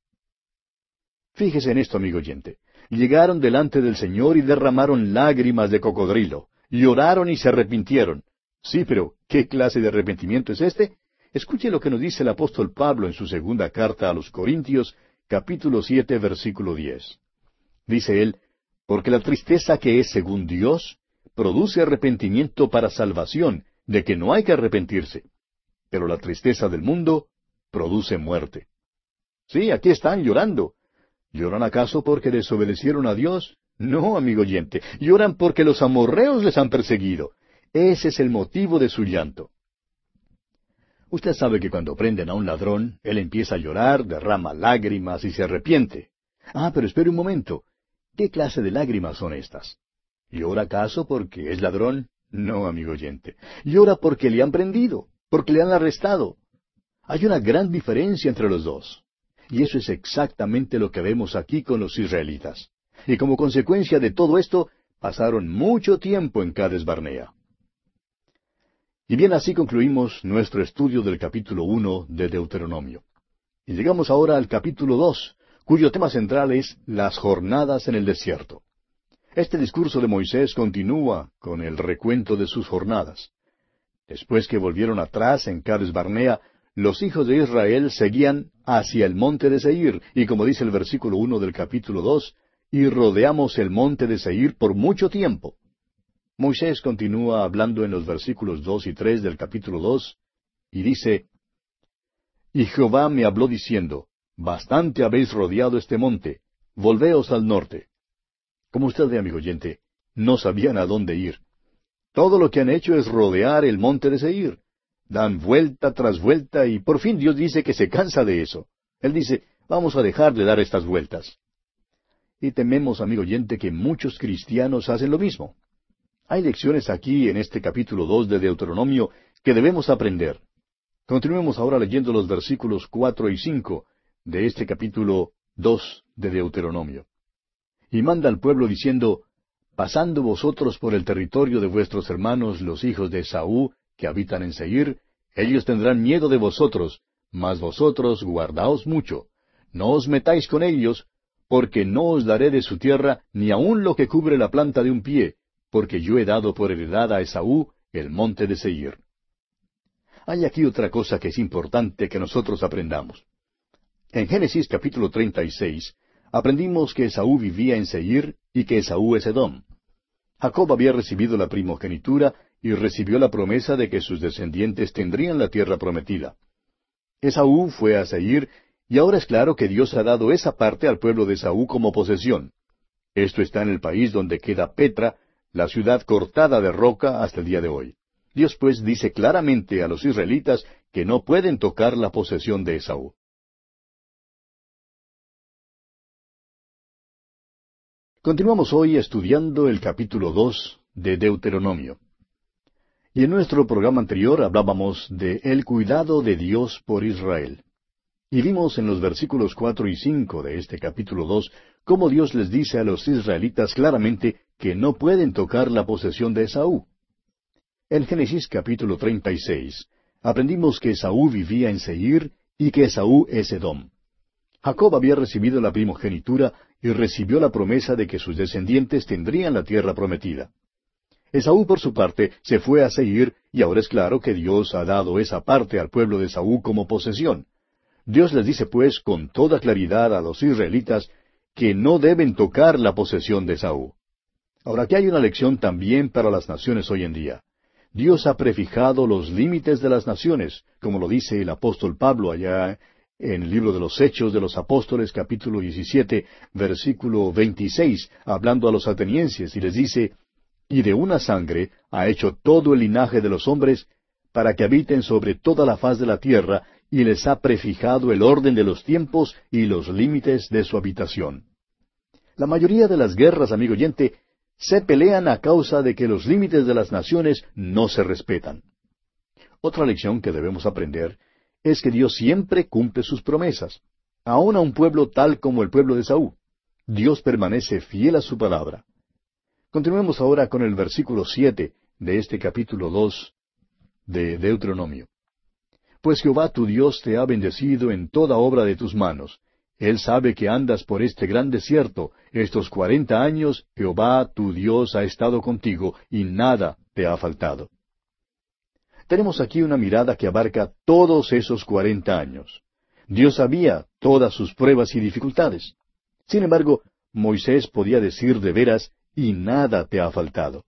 Fíjese en esto, amigo oyente. Llegaron delante del Señor y derramaron lágrimas de cocodrilo. Lloraron y se arrepintieron. Sí, pero ¿qué clase de arrepentimiento es este? Escuche lo que nos dice el apóstol Pablo en su segunda carta a los Corintios, capítulo siete, versículo diez. Dice él, porque la tristeza que es según Dios produce arrepentimiento para salvación, de que no hay que arrepentirse. Pero la tristeza del mundo produce muerte. Sí, aquí están llorando. ¿Lloran acaso porque desobedecieron a Dios? No, amigo oyente, lloran porque los amorreos les han perseguido. Ese es el motivo de su llanto. Usted sabe que cuando prenden a un ladrón, él empieza a llorar, derrama lágrimas y se arrepiente. Ah, pero espere un momento. ¿Qué clase de lágrimas son estas? ¿Llora acaso porque es ladrón? No, amigo oyente. Llora porque le han prendido, porque le han arrestado. Hay una gran diferencia entre los dos. Y eso es exactamente lo que vemos aquí con los israelitas. Y como consecuencia de todo esto, pasaron mucho tiempo en Cades Barnea. Y bien, así concluimos nuestro estudio del capítulo uno de Deuteronomio. Y llegamos ahora al capítulo dos, cuyo tema central es las jornadas en el desierto. Este discurso de Moisés continúa con el recuento de sus jornadas. Después que volvieron atrás en Cades Barnea, los hijos de Israel seguían hacia el monte de Seir, y como dice el versículo uno del capítulo dos, y rodeamos el monte de Seir por mucho tiempo. Moisés continúa hablando en los versículos dos y tres del capítulo dos, y dice, Y Jehová me habló diciendo, Bastante habéis rodeado este monte, volveos al norte. Como usted ve, amigo oyente, no sabían a dónde ir. Todo lo que han hecho es rodear el monte de Seir. Dan vuelta tras vuelta y por fin Dios dice que se cansa de eso. Él dice, vamos a dejar de dar estas vueltas. Y tememos, amigo oyente, que muchos cristianos hacen lo mismo. Hay lecciones aquí en este capítulo dos de Deuteronomio que debemos aprender. Continuemos ahora leyendo los versículos cuatro y cinco de este capítulo dos de Deuteronomio. Y manda al pueblo diciendo, pasando vosotros por el territorio de vuestros hermanos los hijos de Esaú, que habitan en Seir, ellos tendrán miedo de vosotros, mas vosotros guardaos mucho. No os metáis con ellos, porque no os daré de su tierra ni aun lo que cubre la planta de un pie, porque yo he dado por heredad a Esaú el monte de Seir. Hay aquí otra cosa que es importante que nosotros aprendamos. En Génesis capítulo treinta y seis, aprendimos que Esaú vivía en Seir y que Esaú es Edom. Jacob había recibido la primogenitura y recibió la promesa de que sus descendientes tendrían la tierra prometida. Esaú fue a Seir y ahora es claro que Dios ha dado esa parte al pueblo de Esaú como posesión. Esto está en el país donde queda Petra, la ciudad cortada de roca hasta el día de hoy. Dios pues dice claramente a los israelitas que no pueden tocar la posesión de Esaú. Continuamos hoy estudiando el capítulo dos de Deuteronomio. Y en nuestro programa anterior hablábamos de el cuidado de Dios por Israel. Y vimos en los versículos cuatro y cinco de este capítulo dos cómo Dios les dice a los israelitas claramente que no pueden tocar la posesión de Esaú. En Génesis capítulo treinta y seis aprendimos que Esaú vivía en Seir y que Esaú es Edom. Jacob había recibido la primogenitura y recibió la promesa de que sus descendientes tendrían la tierra prometida. Esaú, por su parte, se fue a Seir, y ahora es claro que Dios ha dado esa parte al pueblo de Esaú como posesión. Dios les dice, pues, con toda claridad a los israelitas que no deben tocar la posesión de Esaú. Ahora, aquí hay una lección también para las naciones hoy en día. Dios ha prefijado los límites de las naciones, como lo dice el apóstol Pablo allá en el libro de los Hechos de los Apóstoles, capítulo diecisiete, versículo veintiséis, hablando a los atenienses, y les dice, y de una sangre ha hecho todo el linaje de los hombres, para que habiten sobre toda la faz de la tierra, y les ha prefijado el orden de los tiempos y los límites de su habitación. La mayoría de las guerras, amigo oyente, se pelean a causa de que los límites de las naciones no se respetan. Otra lección que debemos aprender es que Dios siempre cumple sus promesas, aun a un pueblo tal como el pueblo de Esaú. Dios permanece fiel a su palabra. Continuemos ahora con el versículo siete de este capítulo dos de Deuteronomio. Pues Jehová tu Dios te ha bendecido en toda obra de tus manos. Él sabe que andas por este gran desierto. Estos cuarenta años Jehová tu Dios ha estado contigo, y nada te ha faltado. Tenemos aquí una mirada que abarca todos esos cuarenta años. Dios sabía todas sus pruebas y dificultades. Sin embargo, Moisés podía decir de veras, y nada te ha faltado.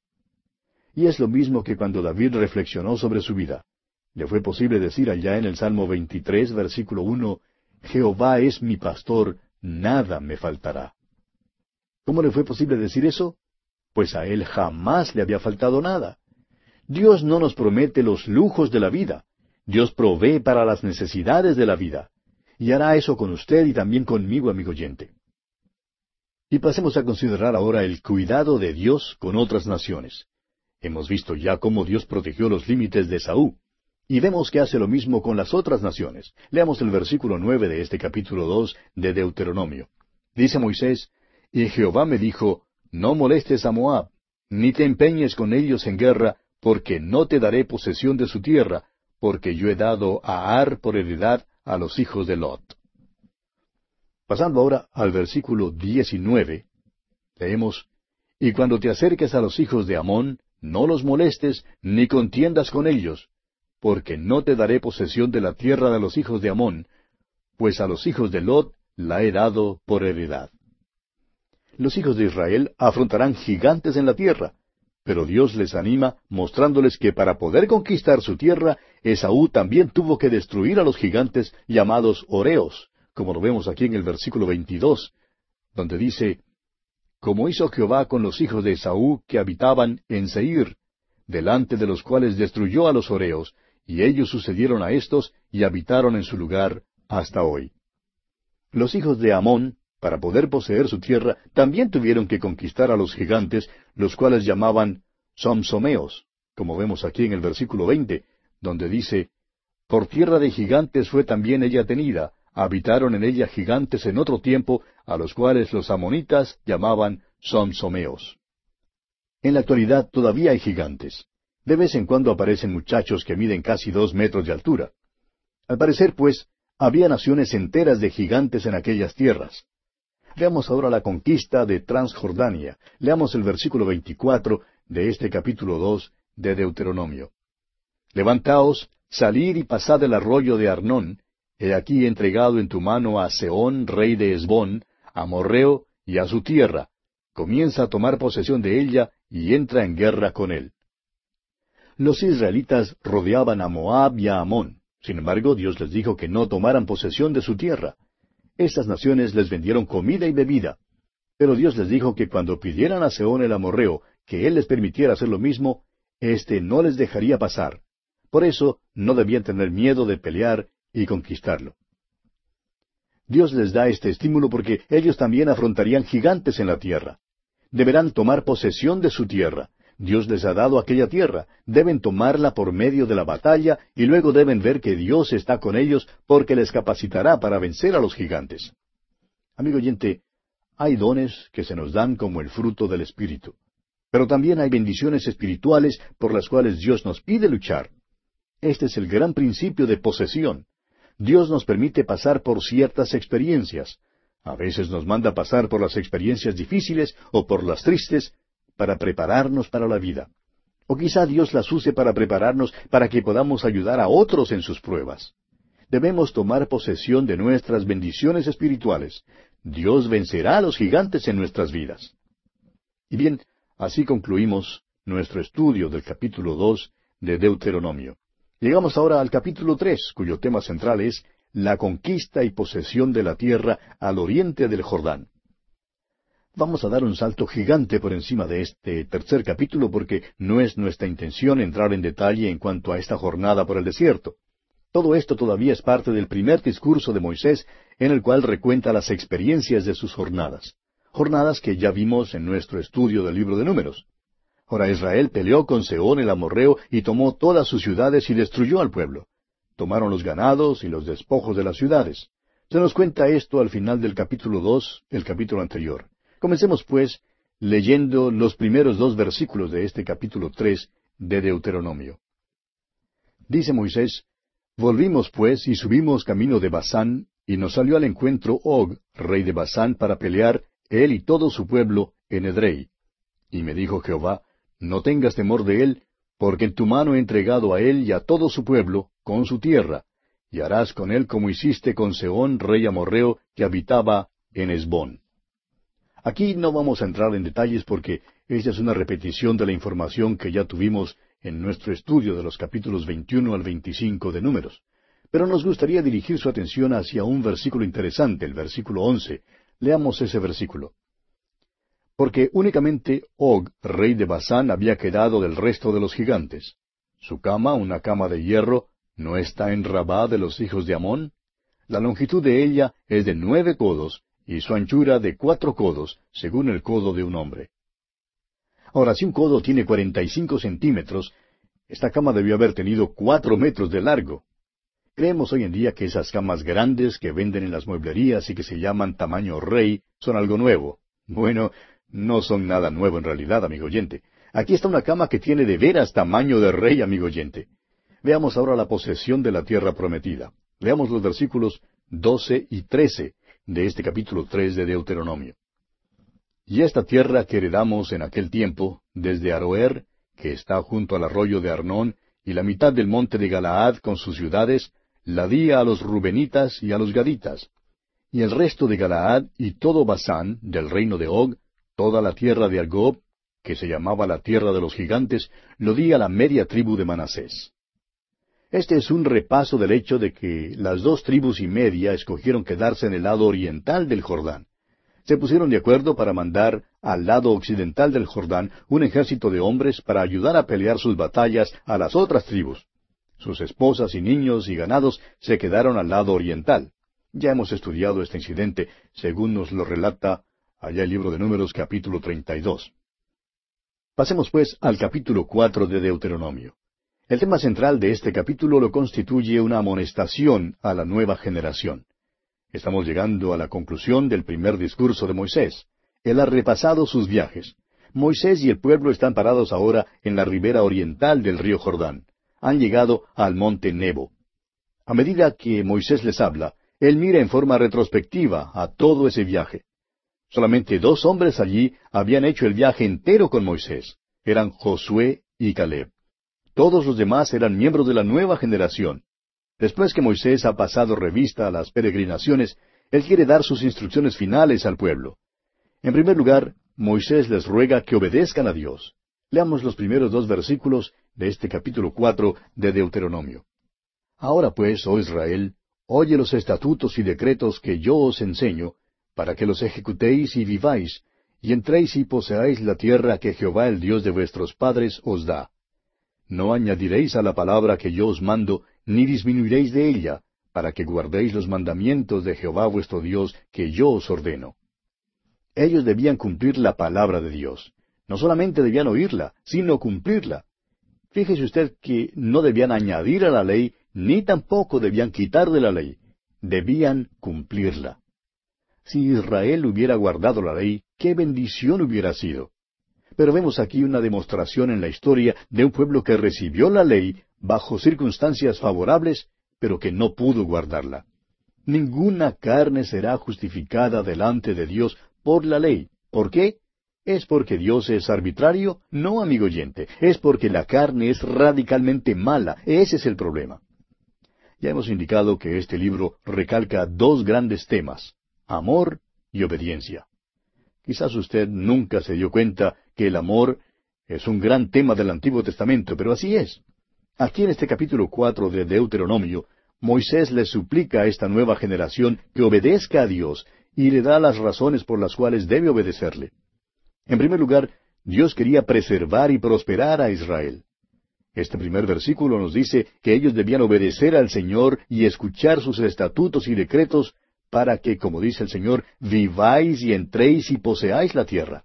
Y es lo mismo que cuando David reflexionó sobre su vida. Le fue posible decir allá en el Salmo veintitrés, versículo uno, Jehová es mi pastor, nada me faltará. ¿Cómo le fue posible decir eso? Pues a él jamás le había faltado nada. Dios no nos promete los lujos de la vida. Dios provee para las necesidades de la vida. Y hará eso con usted y también conmigo, amigo oyente. Y pasemos a considerar ahora el cuidado de Dios con otras naciones. Hemos visto ya cómo Dios protegió los límites de Esaú. Y vemos que hace lo mismo con las otras naciones. Leamos el versículo nueve de este capítulo dos de Deuteronomio. Dice Moisés, y Jehová me dijo, no molestes a Moab, ni te empeñes con ellos en guerra, porque no te daré posesión de su tierra, porque yo he dado a Ar por heredad a los hijos de Lot. Pasando ahora al versículo diecinueve, leemos, y cuando te acerques a los hijos de Amón, no los molestes, ni contiendas con ellos, porque no te daré posesión de la tierra de los hijos de Amón, pues a los hijos de Lot la he dado por heredad. Los hijos de Israel afrontarán gigantes en la tierra, pero Dios les anima mostrándoles que para poder conquistar su tierra, Esaú también tuvo que destruir a los gigantes llamados Horeos, como lo vemos aquí en el versículo veintidós, donde dice, como hizo Jehová con los hijos de Esaú que habitaban en Seir, delante de los cuales destruyó a los Horeos, y ellos sucedieron a éstos y habitaron en su lugar hasta hoy. Los hijos de Amón, para poder poseer su tierra, también tuvieron que conquistar a los gigantes, los cuales llamaban somsomeos, como vemos aquí en el versículo veinte, donde dice, por tierra de gigantes fue también ella tenida, habitaron en ella gigantes en otro tiempo, a los cuales los amonitas llamaban somsomeos. En la actualidad todavía hay gigantes. De vez en cuando aparecen muchachos que miden casi dos metros de altura. Al parecer, pues, había naciones enteras de gigantes en aquellas tierras. Veamos ahora la conquista de Transjordania. Leamos el versículo veinticuatro de este capítulo dos de Deuteronomio. Levantaos, salid y pasad el arroyo de Arnón, he aquí entregado en tu mano a Sehón, rey de Hesbón, a Amorreo y a su tierra. Comienza a tomar posesión de ella y entra en guerra con él. Los israelitas rodeaban a Moab y a Amón. Sin embargo, Dios les dijo que no tomaran posesión de su tierra. Estas naciones les vendieron comida y bebida. Pero Dios les dijo que cuando pidieran a Sehón el amorreo que él les permitiera hacer lo mismo, éste no les dejaría pasar. Por eso no debían tener miedo de pelear y conquistarlo. Dios les da este estímulo porque ellos también afrontarían gigantes en la tierra. Deberán tomar posesión de su tierra. Dios les ha dado aquella tierra. Deben tomarla por medio de la batalla y luego deben ver que Dios está con ellos porque les capacitará para vencer a los gigantes. Amigo oyente, hay dones que se nos dan como el fruto del Espíritu. Pero también hay bendiciones espirituales por las cuales Dios nos pide luchar. Este es el gran principio de posesión. Dios nos permite pasar por ciertas experiencias. A veces nos manda pasar por las experiencias difíciles o por las tristes para prepararnos para la vida. O quizá Dios las use para prepararnos para que podamos ayudar a otros en sus pruebas. Debemos tomar posesión de nuestras bendiciones espirituales. Dios vencerá a los gigantes en nuestras vidas. Y bien, así concluimos nuestro estudio del capítulo dos de Deuteronomio. Llegamos ahora al capítulo tres, cuyo tema central es la conquista y posesión de la tierra al oriente del Jordán. Vamos a dar un salto gigante por encima de este tercer capítulo porque no es nuestra intención entrar en detalle en cuanto a esta jornada por el desierto. Todo esto todavía es parte del primer discurso de Moisés, en el cual recuenta las experiencias de sus jornadas. Jornadas que ya vimos en nuestro estudio del libro de Números. Ahora Israel peleó con Sehón el amorreo y tomó todas sus ciudades y destruyó al pueblo. Tomaron los ganados y los despojos de las ciudades. Se nos cuenta esto al final del capítulo dos, el capítulo anterior. Comencemos, pues, leyendo los primeros dos versículos de este capítulo tres de Deuteronomio. Dice Moisés, Volvimos, pues, y subimos camino de Basán, y nos salió al encuentro Og, rey de Basán, para pelear, él y todo su pueblo, en Edrei. Y me dijo Jehová, No tengas temor de él, porque en tu mano he entregado a él y a todo su pueblo, con su tierra, y harás con él como hiciste con Sehón, rey amorreo, que habitaba en Hesbón. Aquí no vamos a entrar en detalles porque esta es una repetición de la información que ya tuvimos en nuestro estudio de los capítulos veintiuno al veinticinco de Números. Pero nos gustaría dirigir su atención hacia un versículo interesante, el versículo once. Leamos ese versículo. Porque únicamente Og, rey de Basán, había quedado del resto de los gigantes. Su cama, una cama de hierro, ¿no está en Rabá de los hijos de Amón? La longitud de ella es de nueve codos, y su anchura de cuatro codos, según el codo de un hombre. Ahora, si un codo tiene cuarenta y cinco centímetros, esta cama debió haber tenido cuatro metros de largo. Creemos hoy en día que esas camas grandes que venden en las mueblerías y que se llaman tamaño rey son algo nuevo. Bueno, no son nada nuevo en realidad, amigo oyente. Aquí está una cama que tiene de veras tamaño de rey, amigo oyente. Veamos ahora la posesión de la tierra prometida. Leamos los versículos doce y trece de este capítulo tres de Deuteronomio. Y esta tierra que heredamos en aquel tiempo, desde Aroer, que está junto al arroyo de Arnón, y la mitad del monte de Galaad con sus ciudades, la di a los Rubenitas y a los Gaditas. Y el resto de Galaad y todo Basán, del reino de Og, toda la tierra de Argob, que se llamaba la tierra de los gigantes, lo di a la media tribu de Manasés. Este es un repaso del hecho de que las dos tribus y media escogieron quedarse en el lado oriental del Jordán. Se pusieron de acuerdo para mandar al lado occidental del Jordán un ejército de hombres para ayudar a pelear sus batallas a las otras tribus. Sus esposas y niños y ganados se quedaron al lado oriental. Ya hemos estudiado este incidente, según nos lo relata allá el libro de Números capítulo treinta y dos. Pasemos pues al capítulo cuatro de Deuteronomio. El tema central de este capítulo lo constituye una amonestación a la nueva generación. Estamos llegando a la conclusión del primer discurso de Moisés. Él ha repasado sus viajes. Moisés y el pueblo están parados ahora en la ribera oriental del río Jordán. Han llegado al monte Nebo. A medida que Moisés les habla, él mira en forma retrospectiva a todo ese viaje. Solamente dos hombres allí habían hecho el viaje entero con Moisés. Eran Josué y Caleb. Todos los demás eran miembros de la nueva generación. Después que Moisés ha pasado revista a las peregrinaciones, él quiere dar sus instrucciones finales al pueblo. En primer lugar, Moisés les ruega que obedezcan a Dios. Leamos los primeros dos versículos de este capítulo cuatro de Deuteronomio. Ahora pues, oh Israel, oye los estatutos y decretos que yo os enseño, para que los ejecutéis y viváis, y entréis y poseáis la tierra que Jehová el Dios de vuestros padres os da. No añadiréis a la palabra que yo os mando, ni disminuiréis de ella, para que guardéis los mandamientos de Jehová vuestro Dios que yo os ordeno. Ellos debían cumplir la palabra de Dios. No solamente debían oírla, sino cumplirla. Fíjese usted que no debían añadir a la ley, ni tampoco debían quitar de la ley. Debían cumplirla. Si Israel hubiera guardado la ley, qué bendición hubiera sido. Pero vemos aquí una demostración en la historia de un pueblo que recibió la ley bajo circunstancias favorables, pero que no pudo guardarla. Ninguna carne será justificada delante de Dios por la ley. ¿Por qué? ¿Es porque Dios es arbitrario? No, amigo oyente, es porque la carne es radicalmente mala. Ese es el problema. Ya hemos indicado que este libro recalca dos grandes temas: amor y obediencia. Quizás usted nunca se dio cuenta que el amor es un gran tema del Antiguo Testamento, pero así es. Aquí en este capítulo cuatro de Deuteronomio, Moisés le suplica a esta nueva generación que obedezca a Dios y le da las razones por las cuales debe obedecerle. En primer lugar, Dios quería preservar y prosperar a Israel. Este primer versículo nos dice que ellos debían obedecer al Señor y escuchar sus estatutos y decretos para que, como dice el Señor, viváis y entréis y poseáis la tierra.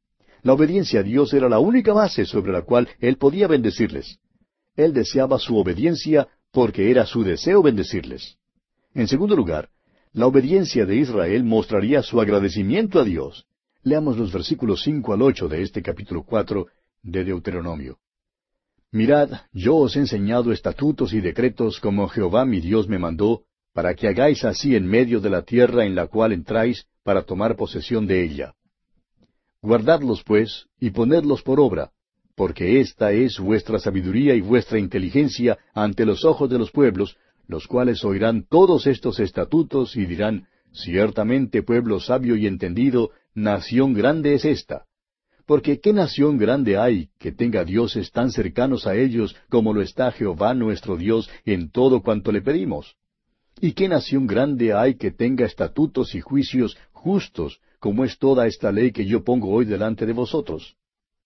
La obediencia a Dios era la única base sobre la cual Él podía bendecirles. Él deseaba su obediencia porque era su deseo bendecirles. En segundo lugar, la obediencia de Israel mostraría su agradecimiento a Dios. Leamos los versículos cinco al ocho de este capítulo cuatro de Deuteronomio. Mirad, yo os he enseñado estatutos y decretos como Jehová mi Dios me mandó, para que hagáis así en medio de la tierra en la cual entráis para tomar posesión de ella. Guardadlos, pues, y ponedlos por obra, porque esta es vuestra sabiduría y vuestra inteligencia ante los ojos de los pueblos, los cuales oirán todos estos estatutos y dirán, ciertamente pueblo sabio y entendido, nación grande es esta. Porque ¿qué nación grande hay que tenga dioses tan cercanos a ellos como lo está Jehová nuestro Dios en todo cuanto le pedimos? ¿Y qué nación grande hay que tenga estatutos y juicios justos, como es toda esta ley que yo pongo hoy delante de vosotros?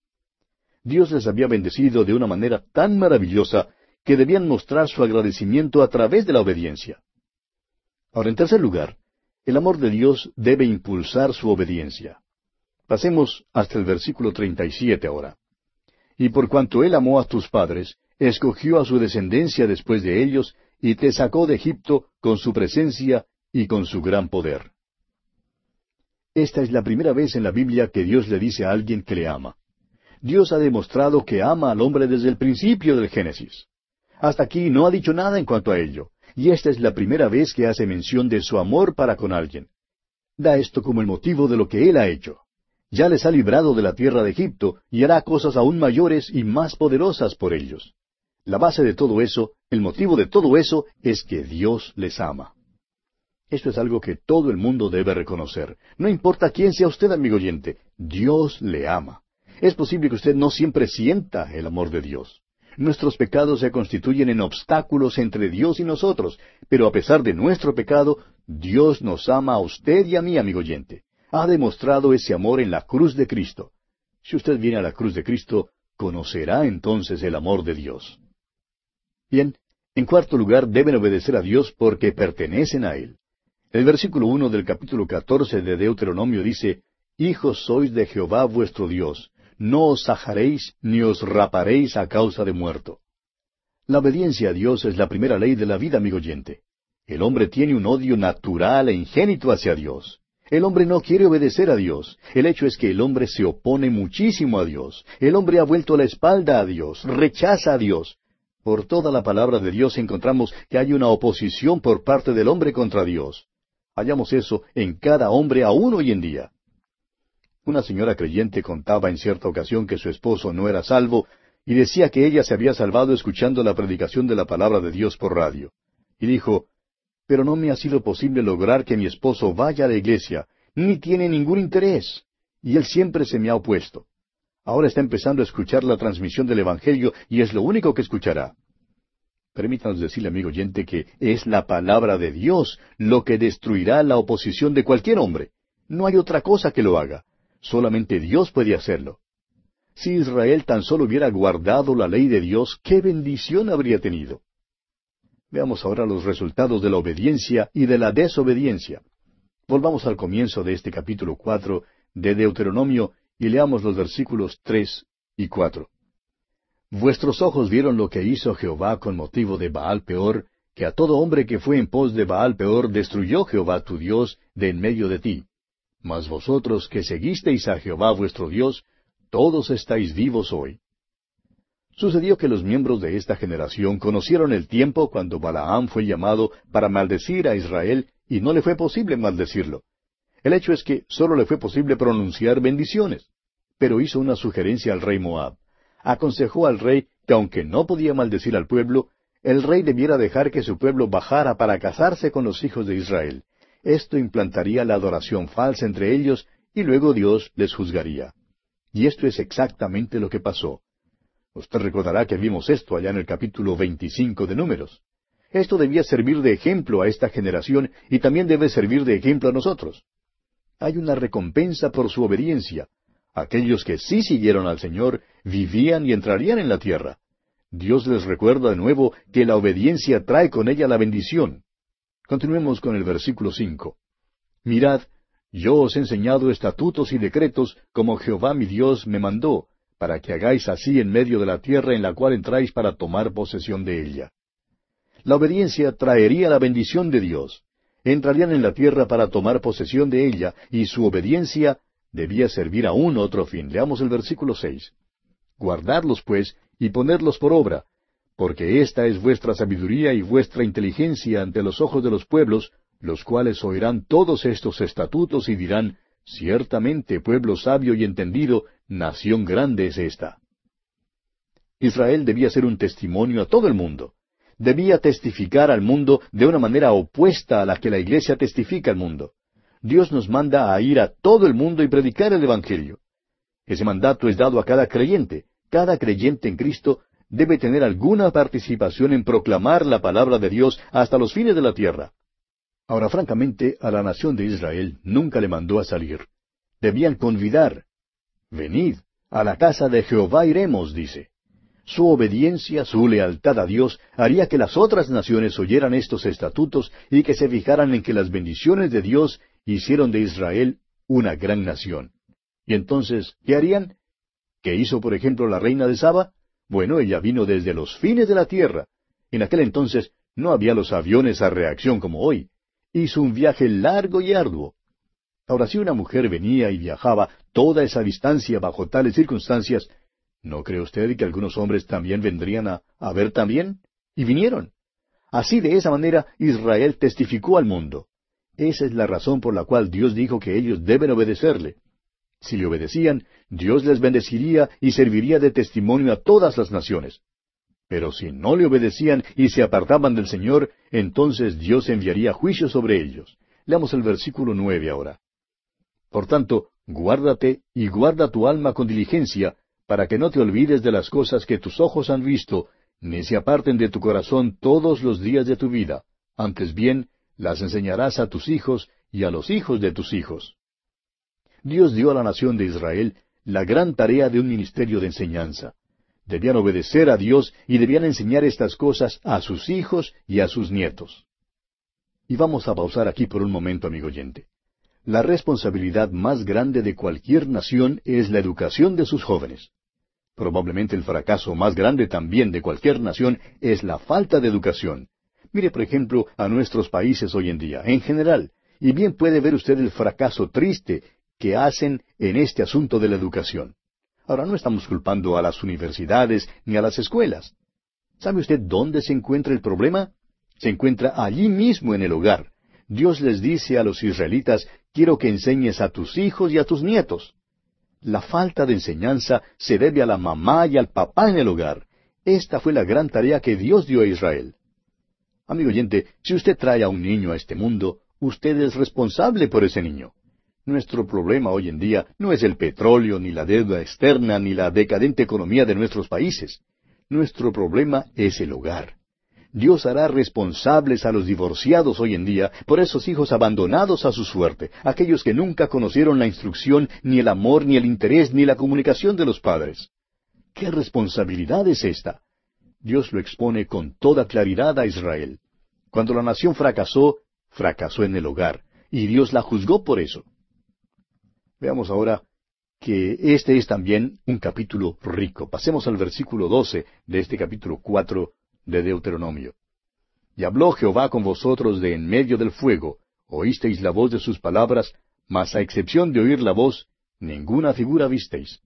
Dios les había bendecido de una manera tan maravillosa que debían mostrar su agradecimiento a través de la obediencia. Ahora, en tercer lugar, el amor de Dios debe impulsar su obediencia. Pasemos hasta el versículo treinta y siete ahora. Y por cuanto Él amó a tus padres, escogió a su descendencia después de ellos, y te sacó de Egipto con su presencia y con su gran poder. Esta es la primera vez en la Biblia que Dios le dice a alguien que le ama. Dios ha demostrado que ama al hombre desde el principio del Génesis. Hasta aquí no ha dicho nada en cuanto a ello, y esta es la primera vez que hace mención de su amor para con alguien. Da esto como el motivo de lo que Él ha hecho. Ya les ha librado de la tierra de Egipto y hará cosas aún mayores y más poderosas por ellos. La base de todo eso, el motivo de todo eso, es que Dios les ama. Esto es algo que todo el mundo debe reconocer. No importa quién sea usted, amigo oyente, Dios le ama. Es posible que usted no siempre sienta el amor de Dios. Nuestros pecados se constituyen en obstáculos entre Dios y nosotros, pero a pesar de nuestro pecado, Dios nos ama a usted y a mí, amigo oyente. Ha demostrado ese amor en la cruz de Cristo. Si usted viene a la cruz de Cristo, conocerá entonces el amor de Dios. Bien, en cuarto lugar, deben obedecer a Dios porque pertenecen a Él. El versículo uno del capítulo catorce de Deuteronomio dice, Hijos sois de Jehová vuestro Dios, no os sajaréis ni os raparéis a causa de muerto. La obediencia a Dios es la primera ley de la vida, amigo oyente. El hombre tiene un odio natural e ingénito hacia Dios. El hombre no quiere obedecer a Dios. El hecho es que el hombre se opone muchísimo a Dios. El hombre ha vuelto la espalda a Dios, rechaza a Dios. Por toda la palabra de Dios encontramos que hay una oposición por parte del hombre contra Dios. Hallamos eso en cada hombre aún hoy en día. Una señora creyente contaba en cierta ocasión que su esposo no era salvo y decía que ella se había salvado escuchando la predicación de la palabra de Dios por radio. Y dijo, pero no me ha sido posible lograr que mi esposo vaya a la iglesia, ni tiene ningún interés, y él siempre se me ha opuesto. Ahora está empezando a escuchar la transmisión del Evangelio y es lo único que escuchará. Permítanos decirle, amigo oyente, que es la palabra de Dios lo que destruirá la oposición de cualquier hombre. No hay otra cosa que lo haga. Solamente Dios puede hacerlo. Si Israel tan solo hubiera guardado la ley de Dios, ¿qué bendición habría tenido? Veamos ahora los resultados de la obediencia y de la desobediencia. Volvamos al comienzo de este capítulo cuatro de Deuteronomio y leamos los versículos tres y cuatro. Vuestros ojos vieron lo que hizo Jehová con motivo de Baal Peor, que a todo hombre que fue en pos de Baal Peor destruyó Jehová tu Dios de en medio de ti. Mas vosotros que seguisteis a Jehová vuestro Dios, todos estáis vivos hoy. Sucedió que los miembros de esta generación conocieron el tiempo cuando Balaam fue llamado para maldecir a Israel y no le fue posible maldecirlo. El hecho es que solo le fue posible pronunciar bendiciones. Pero hizo una sugerencia al rey Moab. Aconsejó al rey que aunque no podía maldecir al pueblo, el rey debiera dejar que su pueblo bajara para casarse con los hijos de Israel. Esto implantaría la adoración falsa entre ellos y luego Dios les juzgaría. Y esto es exactamente lo que pasó. Usted recordará que vimos esto allá en el capítulo veinticinco de Números. Esto debía servir de ejemplo a esta generación y también debe servir de ejemplo a nosotros. Hay una recompensa por su obediencia. Aquellos que sí siguieron al Señor vivían y entrarían en la tierra. Dios les recuerda de nuevo que la obediencia trae con ella la bendición. Continuemos con el versículo cinco. Mirad, yo os he enseñado estatutos y decretos como Jehová mi Dios me mandó, para que hagáis así en medio de la tierra en la cual entráis para tomar posesión de ella. La obediencia traería la bendición de Dios. Entrarían en la tierra para tomar posesión de ella, y su obediencia debía servir a un otro fin. Leamos el versículo seis. Guardadlos, pues, y ponedlos por obra, porque esta es vuestra sabiduría y vuestra inteligencia ante los ojos de los pueblos, los cuales oirán todos estos estatutos y dirán, ciertamente pueblo sabio y entendido, nación grande es esta. Israel debía ser un testimonio a todo el mundo. Debía testificar al mundo de una manera opuesta a la que la Iglesia testifica al mundo. Dios nos manda a ir a todo el mundo y predicar el Evangelio. Ese mandato es dado a cada creyente. Cada creyente en Cristo debe tener alguna participación en proclamar la palabra de Dios hasta los fines de la tierra. Ahora, francamente, a la nación de Israel nunca le mandó a salir. Debían convidar. Venid, a la casa de Jehová iremos, dice. Su obediencia, su lealtad a Dios, haría que las otras naciones oyeran estos estatutos y que se fijaran en que las bendiciones de Dios hicieron de Israel una gran nación. Y entonces, ¿qué harían? ¿Qué hizo, por ejemplo, la reina de Saba? Bueno, ella vino desde los fines de la tierra. En aquel entonces no había los aviones a reacción como hoy. Hizo un viaje largo y arduo. Ahora, si una mujer venía y viajaba toda esa distancia bajo tales circunstancias, ¿no cree usted que algunos hombres también vendrían a, a ver también? Y vinieron. Así, de esa manera, Israel testificó al mundo. Esa es la razón por la cual Dios dijo que ellos deben obedecerle. Si le obedecían, Dios les bendeciría y serviría de testimonio a todas las naciones. Pero si no le obedecían y se apartaban del Señor, entonces Dios enviaría juicio sobre ellos. Leamos el versículo nueve ahora. Por tanto, guárdate y guarda tu alma con diligencia, para que no te olvides de las cosas que tus ojos han visto, ni se aparten de tu corazón todos los días de tu vida. Antes bien, las enseñarás a tus hijos y a los hijos de tus hijos. Dios dio a la nación de Israel la gran tarea de un ministerio de enseñanza. Debían obedecer a Dios y debían enseñar estas cosas a sus hijos y a sus nietos. Y vamos a pausar aquí por un momento, amigo oyente. La responsabilidad más grande de cualquier nación es la educación de sus jóvenes. Probablemente el fracaso más grande también de cualquier nación es la falta de educación. Mire, por ejemplo, a nuestros países hoy en día, en general, y bien puede ver usted el fracaso triste que hacen en este asunto de la educación. Ahora, no estamos culpando a las universidades ni a las escuelas. ¿Sabe usted dónde se encuentra el problema? Se encuentra allí mismo en el hogar. Dios les dice a los israelitas, quiero que enseñes a tus hijos y a tus nietos. La falta de enseñanza se debe a la mamá y al papá en el hogar. Esta fue la gran tarea que Dios dio a Israel. Amigo oyente, si usted trae a un niño a este mundo, usted es responsable por ese niño. Nuestro problema hoy en día no es el petróleo, ni la deuda externa, ni la decadente economía de nuestros países. Nuestro problema es el hogar. Dios hará responsables a los divorciados hoy en día por esos hijos abandonados a su suerte, aquellos que nunca conocieron la instrucción, ni el amor, ni el interés, ni la comunicación de los padres. ¿Qué responsabilidad es esta? Dios lo expone con toda claridad a Israel. Cuando la nación fracasó, fracasó en el hogar, y Dios la juzgó por eso. Veamos ahora que este es también un capítulo rico. Pasemos al versículo doce de este capítulo cuatro de Deuteronomio. Y habló Jehová con vosotros de en medio del fuego, oísteis la voz de sus palabras, mas a excepción de oír la voz, ninguna figura visteis.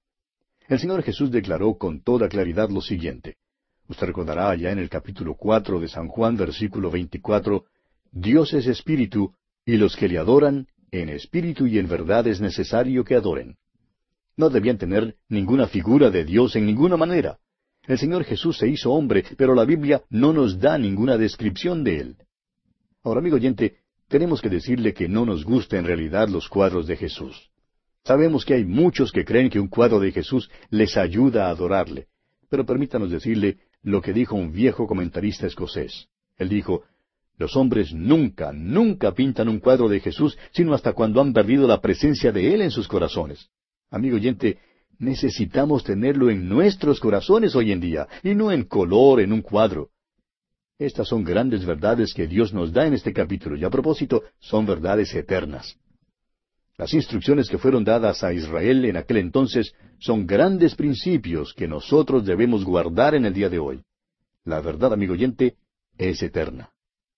El Señor Jesús declaró con toda claridad lo siguiente. Usted recordará allá en el capítulo cuatro de San Juan, versículo veinticuatro, Dios es espíritu, y los que le adoran, en espíritu y en verdad es necesario que adoren. No debían tener ninguna figura de Dios en ninguna manera. El Señor Jesús se hizo hombre, pero la Biblia no nos da ninguna descripción de Él. Ahora, amigo oyente, tenemos que decirle que no nos gustan en realidad los cuadros de Jesús. Sabemos que hay muchos que creen que un cuadro de Jesús les ayuda a adorarle. Pero permítanos decirle lo que dijo un viejo comentarista escocés. Él dijo, los hombres nunca, nunca pintan un cuadro de Jesús, sino hasta cuando han perdido la presencia de Él en sus corazones. Amigo oyente, necesitamos tenerlo en nuestros corazones hoy en día, y no en color, en un cuadro. Estas son grandes verdades que Dios nos da en este capítulo, y a propósito, son verdades eternas. Las instrucciones que fueron dadas a Israel en aquel entonces son grandes principios que nosotros debemos guardar en el día de hoy. La verdad, amigo oyente, es eterna.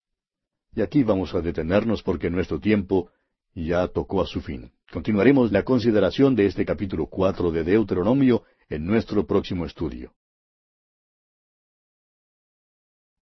Y aquí vamos a detenernos porque nuestro tiempo ya tocó a su fin. Continuaremos la consideración de este capítulo cuatro de Deuteronomio en nuestro próximo estudio.